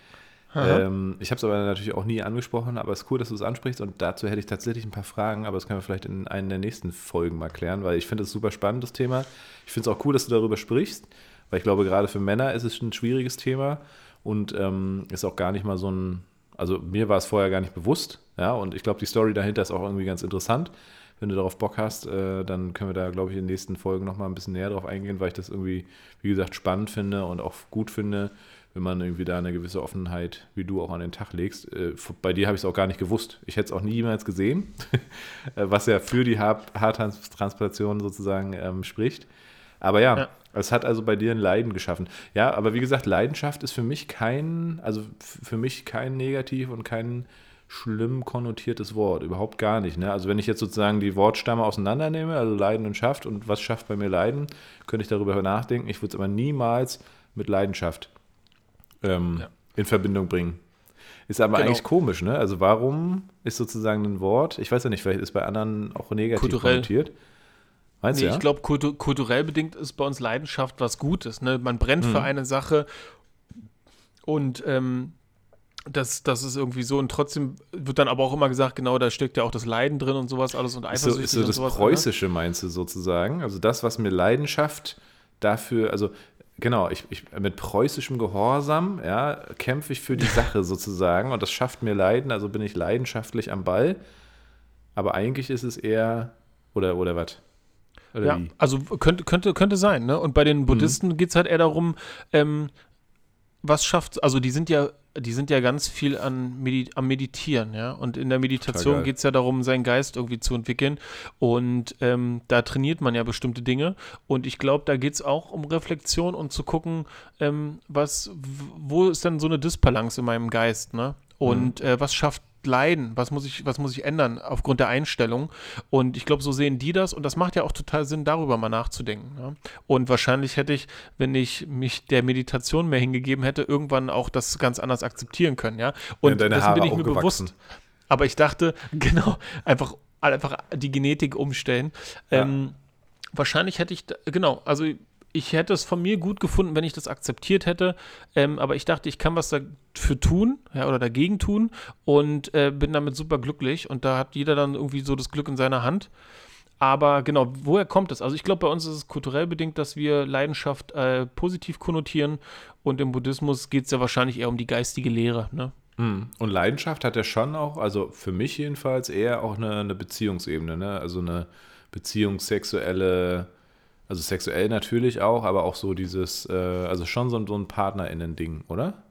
Ähm, ich habe es aber natürlich auch nie angesprochen, aber es ist cool, dass du es ansprichst und dazu hätte ich tatsächlich ein paar Fragen, aber das können wir vielleicht in einer der nächsten Folgen mal klären, weil ich finde es super spannend, das Thema. Ich finde es auch cool, dass du darüber sprichst, weil ich glaube, gerade für Männer ist es ein schwieriges Thema und ähm, ist auch gar nicht mal so ein, also mir war es vorher gar nicht bewusst, ja, und ich glaube, die Story dahinter ist auch irgendwie ganz interessant. Wenn du darauf Bock hast, äh, dann können wir da, glaube ich, in den nächsten Folgen nochmal ein bisschen näher drauf eingehen, weil ich das irgendwie, wie gesagt, spannend finde und auch gut finde, wenn man irgendwie da eine gewisse Offenheit, wie du auch an den Tag legst. Äh, bei dir habe ich es auch gar nicht gewusst. Ich hätte es auch niemals gesehen, was ja für die Haar- Haartransplantation sozusagen ähm, spricht. Aber ja,
Ja.
es hat also bei dir ein Leiden geschaffen. Ja, aber wie gesagt, Leidenschaft ist für mich kein, also f- für mich kein negativ und kein schlimm konnotiertes Wort, überhaupt gar nicht. Ne? Also wenn ich jetzt sozusagen die Wortstamme auseinandernehme, also Leiden und Schaft und was schafft bei mir Leiden, könnte ich darüber nachdenken. Ich würde es aber niemals mit Leidenschaft ähm,
Ja.
in Verbindung bringen. Ist aber
Genau.
eigentlich komisch, ne? Also warum ist sozusagen ein Wort, ich weiß ja nicht, vielleicht ist bei anderen auch negativ
Kulturell.
konnotiert. Meinst
Nee,
du, ja?
ich glaube, kultu kulturell bedingt ist bei uns Leidenschaft was Gutes. Ne? Man brennt für
Mhm.
eine Sache und ähm, das, das ist irgendwie so. Und trotzdem wird dann aber auch immer gesagt, genau, da steckt ja auch das Leiden drin und sowas alles und
Ist so,
eifersüchtig
ist so
und
das
sowas.
Preußische, meinst du sozusagen? Also das, was mir Leidenschaft dafür, also genau, ich, ich mit preußischem Gehorsam, ja, kämpfe ich für die Sache sozusagen und das schafft mir Leiden, also bin ich leidenschaftlich am Ball. Aber eigentlich ist es eher, oder, oder was? Oder
Ja,
wie?
also könnte, könnte, könnte sein, ne? Und bei den Buddhisten geht es halt eher darum, ähm, was schafft, also die sind ja, die sind ja ganz viel an Medi am Meditieren, ja. Und in der Meditation
geil.
geht es ja darum, seinen Geist irgendwie zu entwickeln. Und ähm, da trainiert man ja bestimmte Dinge. Und ich glaube, da geht es auch um Reflexion und zu gucken, ähm, was, w- wo ist denn so eine Disbalance in meinem Geist, ne? Und äh, was schafft Leiden? Was muss ich, was muss ich ändern aufgrund der Einstellung? Und ich glaube, so sehen die das. Und das macht ja auch total Sinn, darüber mal nachzudenken. Ja? Und wahrscheinlich hätte ich, wenn ich mich der Meditation mehr hingegeben hätte, irgendwann auch das ganz anders akzeptieren können. Ja? Und
deine
dessen
Haare
bin ich
auch
mir
gewachsen.
bewusst. Aber ich dachte, genau, einfach, einfach die Genetik umstellen.
Ja.
Ähm, wahrscheinlich hätte ich, da- genau, also ich hätte es von mir gut gefunden, wenn ich das akzeptiert hätte, ähm, aber ich dachte, ich kann was dafür tun, ja, oder dagegen tun und äh, bin damit super glücklich und da hat jeder dann irgendwie so das Glück in seiner Hand. Aber genau, woher kommt es? Also ich glaube, bei uns ist es kulturell bedingt, dass wir Leidenschaft äh, positiv konnotieren und im Buddhismus geht es ja wahrscheinlich eher um die geistige Lehre, ne?
Mhm. Und Leidenschaft hat ja schon auch, also für mich jedenfalls, eher auch eine, eine Beziehungsebene, ne? Also eine beziehungssexuelle, also sexuell natürlich auch, aber auch so dieses, äh, also schon so, ein- so ein PartnerInnen-Ding, oder?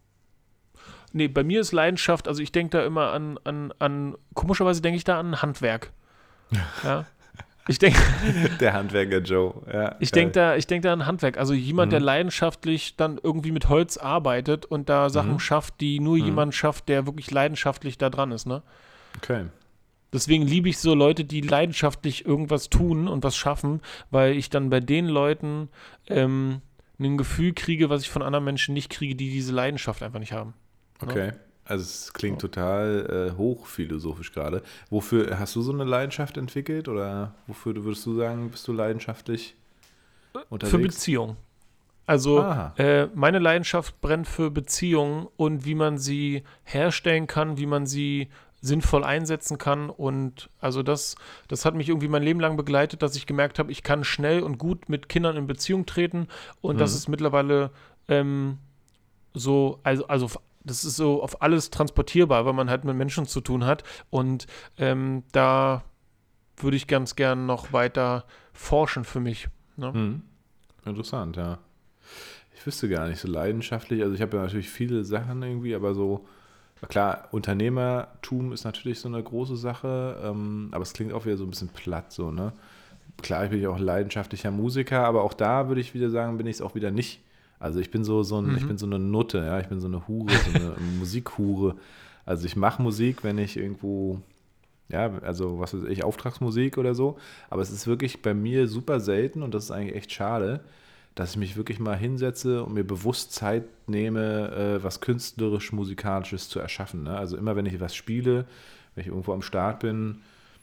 Nee, bei mir ist Leidenschaft, also ich denke da immer an, an, an komischerweise denke ich da an Handwerk. Ja. Ich denke,
Der Handwerker Joe, ja.
ich
geil.
denke da, ich denk da an Handwerk. Also jemand,
Mhm.
der leidenschaftlich dann irgendwie mit Holz arbeitet und da Sachen
Mhm.
schafft, die nur
Mhm.
jemand schafft, der wirklich leidenschaftlich da dran ist, ne?
Okay.
Deswegen liebe ich so Leute, die leidenschaftlich irgendwas tun und was schaffen, weil ich dann bei den Leuten ähm, ein Gefühl kriege, was ich von anderen Menschen nicht kriege, die diese Leidenschaft einfach nicht haben.
Okay. Also es klingt
So.
total äh, hochphilosophisch gerade. Wofür hast du so eine Leidenschaft entwickelt oder wofür würdest du sagen, bist du leidenschaftlich unterwegs?
Für Beziehungen. Also
Aha.
äh, meine Leidenschaft brennt für Beziehungen und wie man sie herstellen kann, wie man sie sinnvoll einsetzen kann. Und also das, das hat mich irgendwie mein Leben lang begleitet, dass ich gemerkt habe, ich kann schnell und gut mit Kindern in Beziehung treten und
Mhm.
das ist mittlerweile ähm, so, also, also das ist so auf alles transportierbar, weil man halt mit Menschen zu tun hat. Und ähm, da würde ich ganz gern noch weiter forschen für mich. Ne?
Mhm. Interessant, ja. Ich wüsste gar nicht so leidenschaftlich. Also ich habe ja natürlich viele Sachen irgendwie, aber so, klar, Unternehmertum ist natürlich so eine große Sache, ähm, aber es klingt auch wieder so ein bisschen platt, so, ne? Klar, ich bin ja auch leidenschaftlicher Musiker, aber auch da würde ich wieder sagen, bin ich es auch wieder nicht. Also ich bin so, so ein,
Mhm.
ich bin so eine Nutte, ja, ich bin so eine Hure, so eine Musikhure. Also ich mache Musik, wenn ich irgendwo, ja, also was weiß ich, Auftragsmusik oder so, aber es ist wirklich bei mir super selten und das ist eigentlich echt schade, dass ich mich wirklich mal hinsetze und mir bewusst Zeit nehme, äh, was künstlerisch-musikalisches zu erschaffen. Ne? Also immer, wenn ich was spiele, wenn ich irgendwo am Start bin,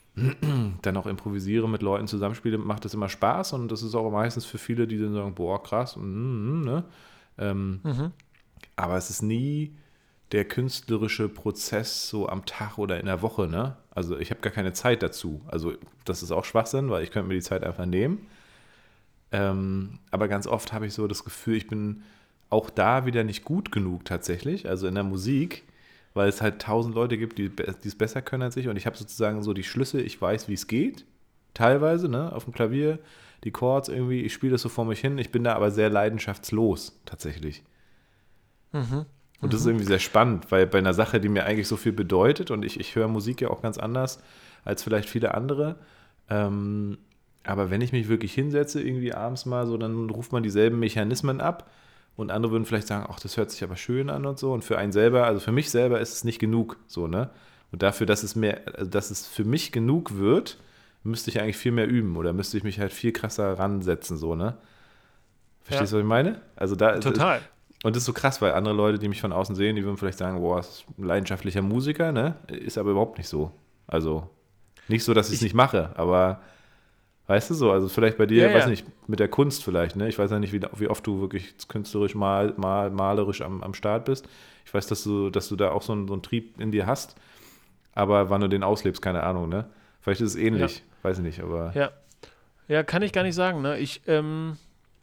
dann auch improvisiere, mit Leuten zusammenspiele, macht das immer Spaß und das ist auch meistens für viele, die dann sagen, boah, krass, mm, mm, ne? ähm,
Mhm.
aber es ist nie der künstlerische Prozess so am Tag oder in der Woche, ne? Also ich habe gar keine Zeit dazu. Also das ist auch Schwachsinn, weil ich könnte mir die Zeit einfach nehmen. Ähm, aber ganz oft habe ich so das Gefühl, ich bin auch da wieder nicht gut genug tatsächlich, also in der Musik, weil es halt tausend Leute gibt, die be- die es besser können als ich und ich habe sozusagen so die Schlüssel, ich weiß, wie es geht, teilweise, ne, auf dem Klavier, die Chords irgendwie, ich spiele das so vor mich hin, ich bin da aber sehr leidenschaftslos tatsächlich.
Mhm.
Und das ist irgendwie sehr spannend, weil bei einer Sache, die mir eigentlich so viel bedeutet und ich, ich höre Musik ja auch ganz anders als vielleicht viele andere, ähm, aber wenn ich mich wirklich hinsetze, irgendwie abends mal so, dann ruft man dieselben Mechanismen ab und andere würden vielleicht sagen, ach, das hört sich aber schön an und so und für einen selber, also für mich selber ist es nicht genug, so, ne? Und dafür, dass es mehr, also dass es für mich genug wird, müsste ich eigentlich viel mehr üben oder müsste ich mich halt viel krasser ransetzen, so, ne? Verstehst du, was ich meine? Also da,
Total.
und das ist so krass, weil andere Leute, die mich von außen sehen, die würden vielleicht sagen, boah, ist ein leidenschaftlicher Musiker, ne? Ist aber überhaupt nicht so. Also nicht so, dass ich es
Ich-
nicht mache, aber weißt du so, also vielleicht bei dir,
Ja,
weiß
ja.
nicht, mit der Kunst vielleicht, ne? Ich weiß ja nicht, wie, wie oft du wirklich künstlerisch mal, mal malerisch am, am Start bist. Ich weiß, dass du, dass du da auch so einen, so einen Trieb in dir hast, aber wann du den auslebst, keine Ahnung, ne? Vielleicht ist es ähnlich, weiß ich nicht, aber
Ja. Ja, kann ich gar nicht sagen, ne? Ich, ähm,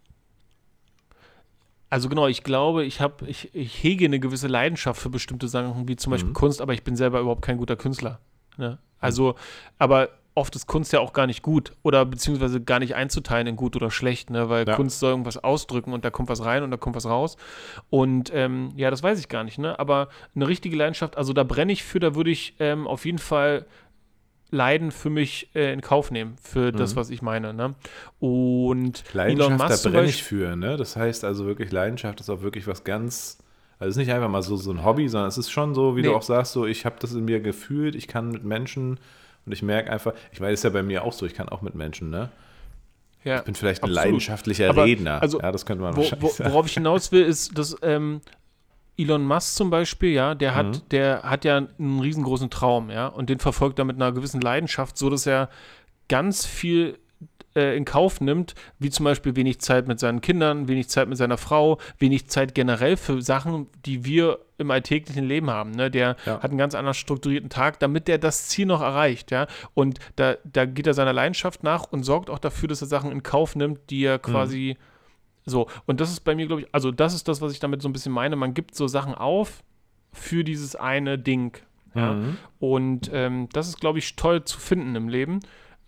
also genau, ich glaube, ich habe, ich, ich hege eine gewisse Leidenschaft für bestimmte Sachen, wie zum Beispiel
Mhm.
Kunst, aber ich bin selber überhaupt kein guter Künstler. Ne? Also, aber oft ist Kunst ja auch gar nicht gut oder beziehungsweise gar nicht einzuteilen in gut oder schlecht, ne? Weil
Ja.
Kunst soll irgendwas ausdrücken und da kommt was rein und da kommt was raus. Und ähm, ja, das weiß ich gar nicht, ne? Aber eine richtige Leidenschaft, also da brenne ich für, da würde ich ähm, auf jeden Fall Leiden für mich äh, in Kauf nehmen, für das,
Mhm.
was ich meine. Ne? Und Elon
Leidenschaft,
Musk
da
zum
brenne ich
Beispiel,
für, ne? Das heißt also wirklich, Leidenschaft ist auch wirklich was ganz, also es ist nicht einfach mal so, so ein Hobby, sondern es ist schon so, wie
Nee.
du auch sagst, so ich habe das in mir gefühlt, ich kann mit Menschen und ich merke einfach, ich meine, das ist ja bei mir auch so, ich kann auch mit Menschen, ne?
ja,
Ich bin vielleicht ein
absolut.
leidenschaftlicher
Aber,
Redner,
also,
ja, das könnte man
wo,
wahrscheinlich
wo,
sagen.
worauf ich hinaus will, ist, dass ähm, Elon Musk zum Beispiel, ja, der hat,
Mhm.
der hat ja einen riesengroßen Traum, ja, und den verfolgt er mit einer gewissen Leidenschaft, so dass er ganz viel äh, in Kauf nimmt, wie zum Beispiel wenig Zeit mit seinen Kindern, wenig Zeit mit seiner Frau, wenig Zeit generell für Sachen, die wir im alltäglichen Leben haben. Ne? Der
Ja.
hat einen ganz anders strukturierten Tag, damit der das Ziel noch erreicht, ja. Und da, da geht er seiner Leidenschaft nach und sorgt auch dafür, dass er Sachen in Kauf nimmt, die er quasi so. Und das ist bei mir, glaube ich, also das ist das, was ich damit so ein bisschen meine. Man gibt so Sachen auf für dieses eine Ding. Ja?
Mhm.
Und ähm, das ist, glaube ich, toll zu finden im Leben.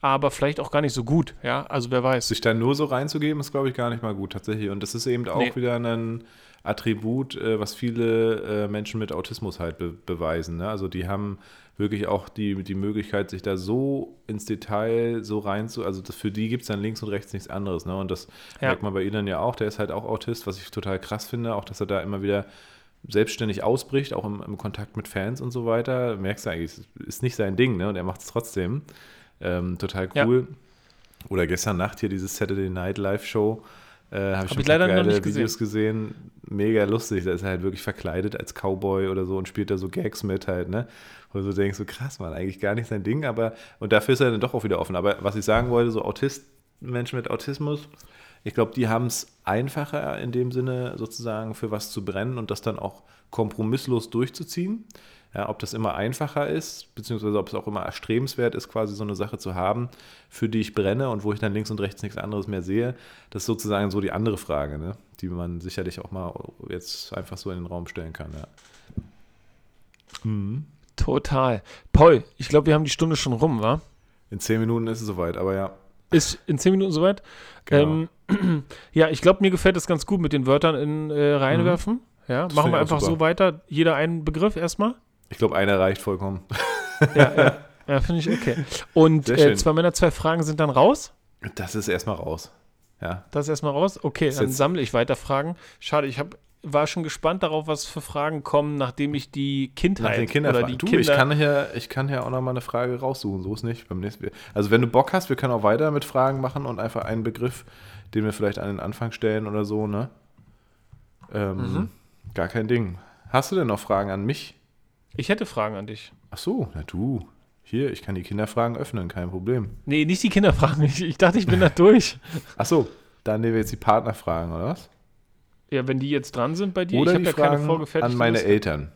aber vielleicht auch gar nicht so gut, ja, also wer weiß.
Sich dann nur so reinzugeben, ist, glaube ich, gar nicht mal gut, tatsächlich. Und das ist eben auch
Nee.
wieder ein Attribut, äh, was viele äh, Menschen mit Autismus halt be- beweisen. Ne? Also die haben wirklich auch die, die Möglichkeit, sich da so ins Detail so rein zu, also das, für die gibt es dann links und rechts nichts anderes. Ne? Und das
Ja.
merkt man bei ihnen ja auch, der ist halt auch Autist, was ich total krass finde, auch dass er da immer wieder selbstständig ausbricht, auch im, im Kontakt mit Fans und so weiter. Merkst du eigentlich, es ist nicht sein Ding, ne? Und er macht es trotzdem. Ähm, total cool. Ja. Oder gestern Nacht hier dieses Saturday Night Live Show. Äh, habe ich
Hab
schon
ich leider noch
geile
nicht
Videos gesehen. Mega lustig. Da ist er halt wirklich verkleidet als Cowboy oder so und spielt da so Gags mit halt, ne? Wo du so denkst, so krass, Mann, eigentlich gar nicht sein Ding, aber und dafür ist er dann doch auch wieder offen. Aber was ich sagen wollte, so Autist, Menschen mit Autismus, ich glaube, die haben es einfacher in dem Sinne sozusagen für was zu brennen und das dann auch kompromisslos durchzuziehen. Ja, ob das immer einfacher ist, beziehungsweise ob es auch immer erstrebenswert ist, quasi so eine Sache zu haben, für die ich brenne und wo ich dann links und rechts nichts anderes mehr sehe, das ist sozusagen so die andere Frage, ne? Die man sicherlich auch mal jetzt einfach so in den Raum stellen kann. Ja.
Mhm. Total. Paul, ich glaube, wir haben die Stunde schon rum, wa?
In zehn Minuten ist es soweit, aber ja.
Ist in zehn Minuten soweit?
Genau.
Ähm, ja, ich glaube, mir gefällt das ganz gut mit den Wörtern in äh, reinwerfen. Mhm. Ja,
Das
machen wir
finde ich auch
einfach
super.
so weiter. Jeder einen Begriff erstmal.
Ich glaube, einer reicht vollkommen.
Ja, ja. Ja, finde ich okay. Und
Sehr
äh,
schön.
zwei Männer, zwei Fragen sind dann raus?
Das ist erstmal raus. Ja.
Das ist erstmal raus? Okay,
Ist
dann
jetzt-
sammle ich weiter Fragen. Schade, ich hab, war schon gespannt darauf, was für Fragen kommen, nachdem ich die Kindheit
Nach den
oder
Kinderfragen.
die
Du,
Kinder...
ich kann hier, ich kann hier auch noch mal eine Frage raussuchen. So ist nicht beim nächsten Mal. Also wenn du Bock hast, wir können auch weiter mit Fragen machen und einfach einen Begriff, den wir vielleicht an den Anfang stellen oder so, ne? Ähm,
Mhm.
Gar kein Ding. Hast du denn noch Fragen an mich?
Ich hätte Fragen an dich.
Ach so, na du. Hier, ich kann die Kinderfragen öffnen, kein Problem.
Nee, nicht die Kinderfragen. Ich, ich dachte, ich bin da durch.
Ach so, dann nehmen wir jetzt die Partnerfragen, oder was?
Ja, wenn die jetzt dran sind bei dir,
Oder
ich habe
die
ja keine
Fragen
vorgefertigte
an meine
Liste.
Eltern.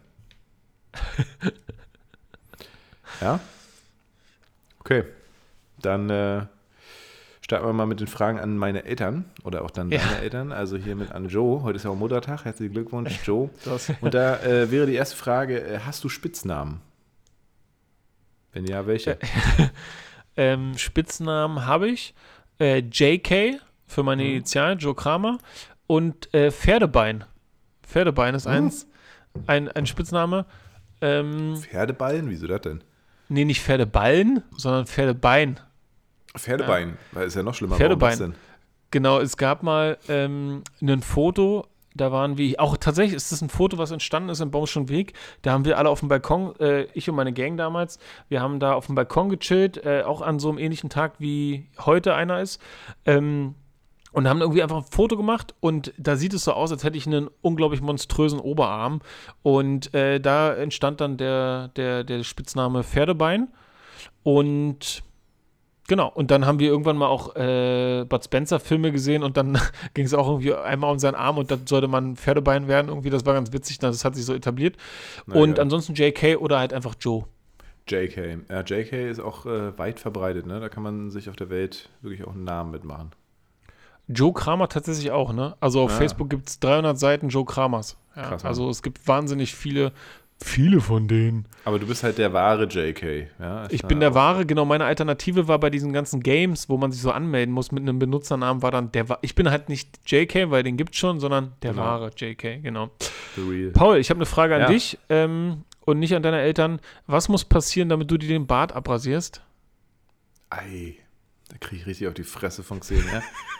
Ja? Okay. Dann äh, starten wir mal mit den Fragen an meine Eltern oder auch dann
Ja.
deine Eltern. Also hiermit an Joe. Heute ist ja auch Muttertag. Herzlichen Glückwunsch, Joe.
Das,
Und da äh, wäre die erste Frage, äh, hast du Spitznamen? Wenn ja, welche?
ähm, Spitznamen habe ich. Äh, J K für meine
Mhm.
Initialen, Joe Kramer. Und äh, Pferdebein. Pferdebein ist
Mhm.
eins. Ein, ein Spitzname. Ähm,
Pferdeballen? Wieso das denn?
nee, nicht Pferdeballen, sondern Pferdebein.
Pferdebein. Weil ist ja noch schlimmer.
Pferdebein.
Warum das denn?
Genau, es gab mal ähm, ein Foto, da waren wir, auch tatsächlich ist das ein Foto, was entstanden ist im Baumschen Weg. Da haben wir alle auf dem Balkon, äh, ich und meine Gang damals, wir haben da auf dem Balkon gechillt, äh, auch an so einem ähnlichen Tag wie heute einer ist. Ähm, und haben irgendwie einfach ein Foto gemacht und da sieht es so aus, als hätte ich einen unglaublich monströsen Oberarm. Und äh, da entstand dann der, der, der Spitzname Pferdebein. Und genau, und dann haben wir irgendwann mal auch äh, Bud Spencer-Filme gesehen und dann ging es auch irgendwie einmal um seinen Arm und dann sollte man Pferdebein werden. Irgendwie, das war ganz witzig, das hat sich so etabliert.
Na
und
ja.
ansonsten J K oder halt einfach Joe.
J K. Ja, J K ist auch äh, weit verbreitet, ne? Da kann man sich auf der Welt wirklich auch einen Namen mitmachen.
Joe Kramer tatsächlich auch, ne? Also auf
Ah.
Facebook gibt es dreihundert Seiten Joe Kramers. Ja,
Krass, Mann.
also es gibt wahnsinnig viele, viele von denen.
Aber du bist halt der wahre J K. Ja? Ist
Ich
da
bin der
auch-
wahre, genau, meine Alternative war bei diesen ganzen Games, wo man sich so anmelden muss mit einem Benutzernamen, war dann der, wa- ich bin halt nicht J K, weil den gibt's schon, sondern der
Genau.
wahre J K, genau.
The real.
Paul, ich habe eine Frage an
Ja.
dich ähm, und nicht an deine Eltern. Was muss passieren, damit du dir den Bart abrasierst?
Ei, da kriege ich richtig auf die Fresse von Xenia.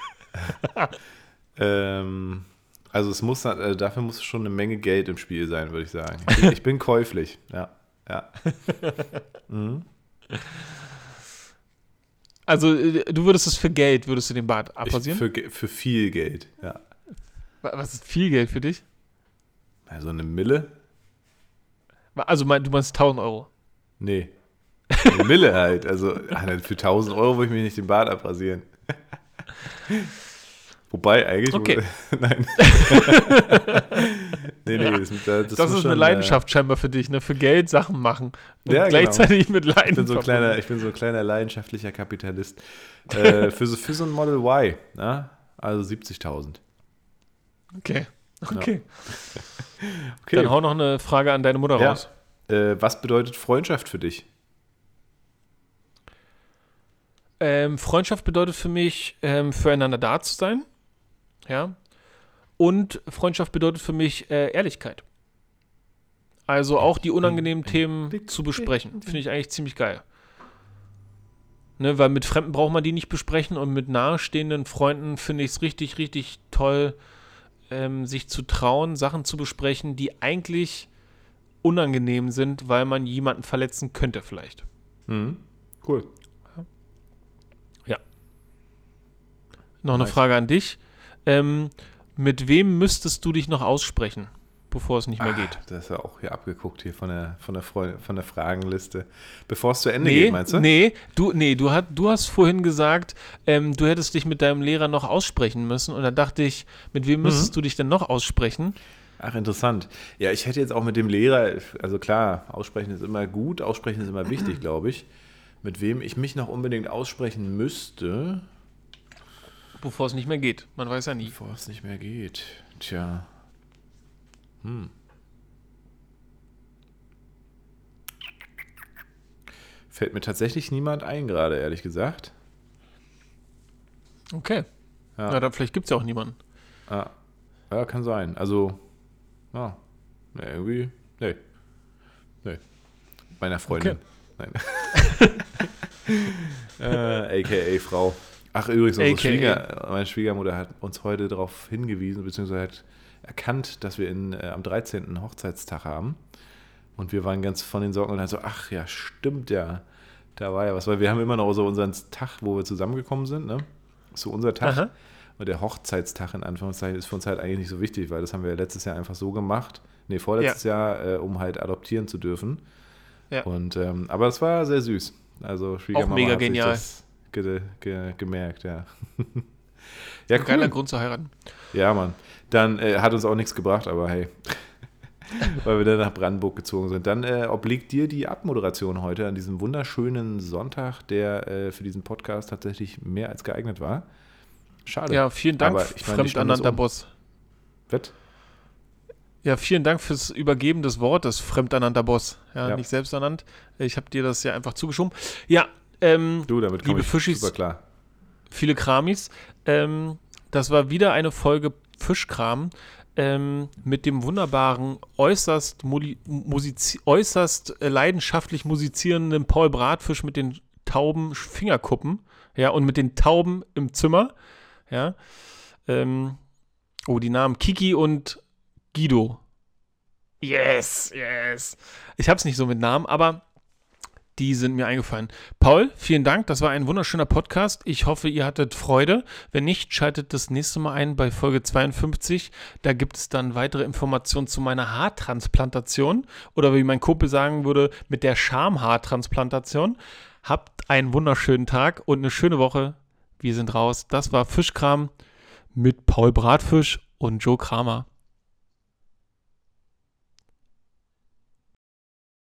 ähm, also es muss, äh, dafür muss schon eine Menge Geld im Spiel sein, würde ich sagen. Ich bin, ich bin käuflich, ja. ja. Mhm.
Also äh, du würdest es für Geld, würdest du den Bart
Ich,
abrasieren?
für, ge- für viel Geld, ja.
Wa- Was ist viel Geld für dich?
Also eine Mille?
Also mein, du meinst tausend Euro.
Nee. Eine Mille halt. Also ah, für tausend Euro würde ich mir nicht den Bart abrasieren. Wobei eigentlich.
Okay.
Nein. nee, nee. Das, das,
Das,
muss
ist
schon,
eine Leidenschaft scheinbar für dich, ne? Für Geld Sachen machen. Und
Ja, genau.
gleichzeitig mit
Äh, ich,
Leiden.
bin so ein kleiner, ich bin so ein kleiner leidenschaftlicher Kapitalist. äh, für, so, für so ein Model Y. Na? Also siebzigtausend.
Okay. Okay.
Okay.
Dann hau noch eine Frage an deine Mutter
Ja.
raus.
Äh, was bedeutet Freundschaft für dich?
Ähm, Freundschaft bedeutet für mich, ähm, füreinander da zu sein. Ja. Und Freundschaft bedeutet für mich äh, Ehrlichkeit. Also auch die unangenehmen Themen zu besprechen. Finde ich eigentlich ziemlich geil. Ne, weil mit Fremden braucht man die nicht besprechen und mit nahestehenden Freunden finde ich es richtig, richtig toll, ähm, sich zu trauen, Sachen zu besprechen, die eigentlich unangenehm sind, weil man jemanden verletzen könnte vielleicht.
Mhm. Cool.
Ja. Noch eine
Nice.
Frage an dich. Ähm, mit wem müsstest du dich noch aussprechen, bevor es nicht mehr
Ah,
geht?
das ist ja auch hier abgeguckt hier von der, von der, Freu- von der Fragenliste. Bevor es zu Ende
Nee,
geht, meinst du?
nee, du, nee, du, hat, du hast vorhin gesagt, ähm, du hättest dich mit deinem Lehrer noch aussprechen müssen und da dachte ich, mit wem müsstest
Mhm.
du dich denn noch aussprechen?
Ach, interessant. Ja, ich hätte jetzt auch mit dem Lehrer, also klar, aussprechen ist immer gut, aussprechen ist immer wichtig, glaube ich. Mit wem ich mich noch unbedingt aussprechen müsste,
Bevor es nicht mehr geht. Man weiß ja nie.
bevor es nicht mehr geht. Tja. Hm. Fällt mir tatsächlich niemand ein gerade, ehrlich gesagt.
Okay.
Ja.
Na, dann vielleicht gibt es ja auch niemanden.
Ja. Ja, kann sein. Also, ja. Nee, irgendwie, nee. Nee. Meiner Freundin.
Okay.
Nein. äh, A K A Frau. Ach, übrigens, unsere
A K A.
Schwieger, meine Schwiegermutter hat uns heute darauf hingewiesen, beziehungsweise hat erkannt, dass wir in, äh, am dreizehnten Hochzeitstag haben. Und wir waren ganz von den Sorgen und dann so, ach ja, stimmt ja. Da war ja was, weil wir haben immer noch so unseren Tag, wo wir zusammengekommen sind, ne? So unser Tag.
Aha.
Und der Hochzeitstag in Anführungszeichen ist für uns halt eigentlich nicht so wichtig, weil das haben wir ja letztes Jahr einfach so gemacht. Nee, vorletztes Jahr, äh, um halt adoptieren zu dürfen.
Ja.
Und, ähm, aber es war sehr süß. Also Schwiegermama
Auch mega
hat sich
genial.
das ge ge gemerkt, ja. Ja,
Ein geiler
cool.
Grund zu heiraten.
Ja, Mann. Dann äh, hat uns auch nichts gebracht, aber hey. Weil wir dann nach Brandenburg gezogen sind. Dann äh, obliegt dir die Abmoderation heute an diesem wunderschönen Sonntag, der äh, für diesen Podcast tatsächlich mehr als geeignet war. Schade.
Ja, vielen Dank,
Aber ich meine, die Stunde ist
fremdernannter
um.
Boss.
Wett?
Ja, vielen Dank fürs Übergeben des Wortes, fremdernannter Boss. Ja,
Ja.
nicht selbst ernannt. Ich habe dir das ja einfach zugeschoben. Ja, ähm,
Du, damit komme
liebe
ich
Fischis,
super klar.
viele Kramis. Ähm, das war wieder eine Folge Fischkram ähm, mit dem wunderbaren, äußerst, muli- musizi- äußerst äh, leidenschaftlich musizierenden Paul Bratfisch mit den tauben Fingerkuppen, ja, und mit den Tauben im Zimmer, ja. Ähm, oh, die Namen Kiki und Guido. Yes, yes. Ich hab's nicht so mit Namen, aber die sind mir eingefallen. Paul, vielen Dank. Das war ein wunderschöner Podcast. Ich hoffe, ihr hattet Freude. Wenn nicht, schaltet das nächste Mal ein bei Folge zweiundfünfzig. Da gibt es dann weitere Informationen zu meiner Haartransplantation oder wie mein Kumpel sagen würde, mit der Schamhaartransplantation. Habt einen wunderschönen Tag und eine schöne Woche. Wir sind raus. Das war Fischkram mit Paul Bratfisch und Joe Kramer.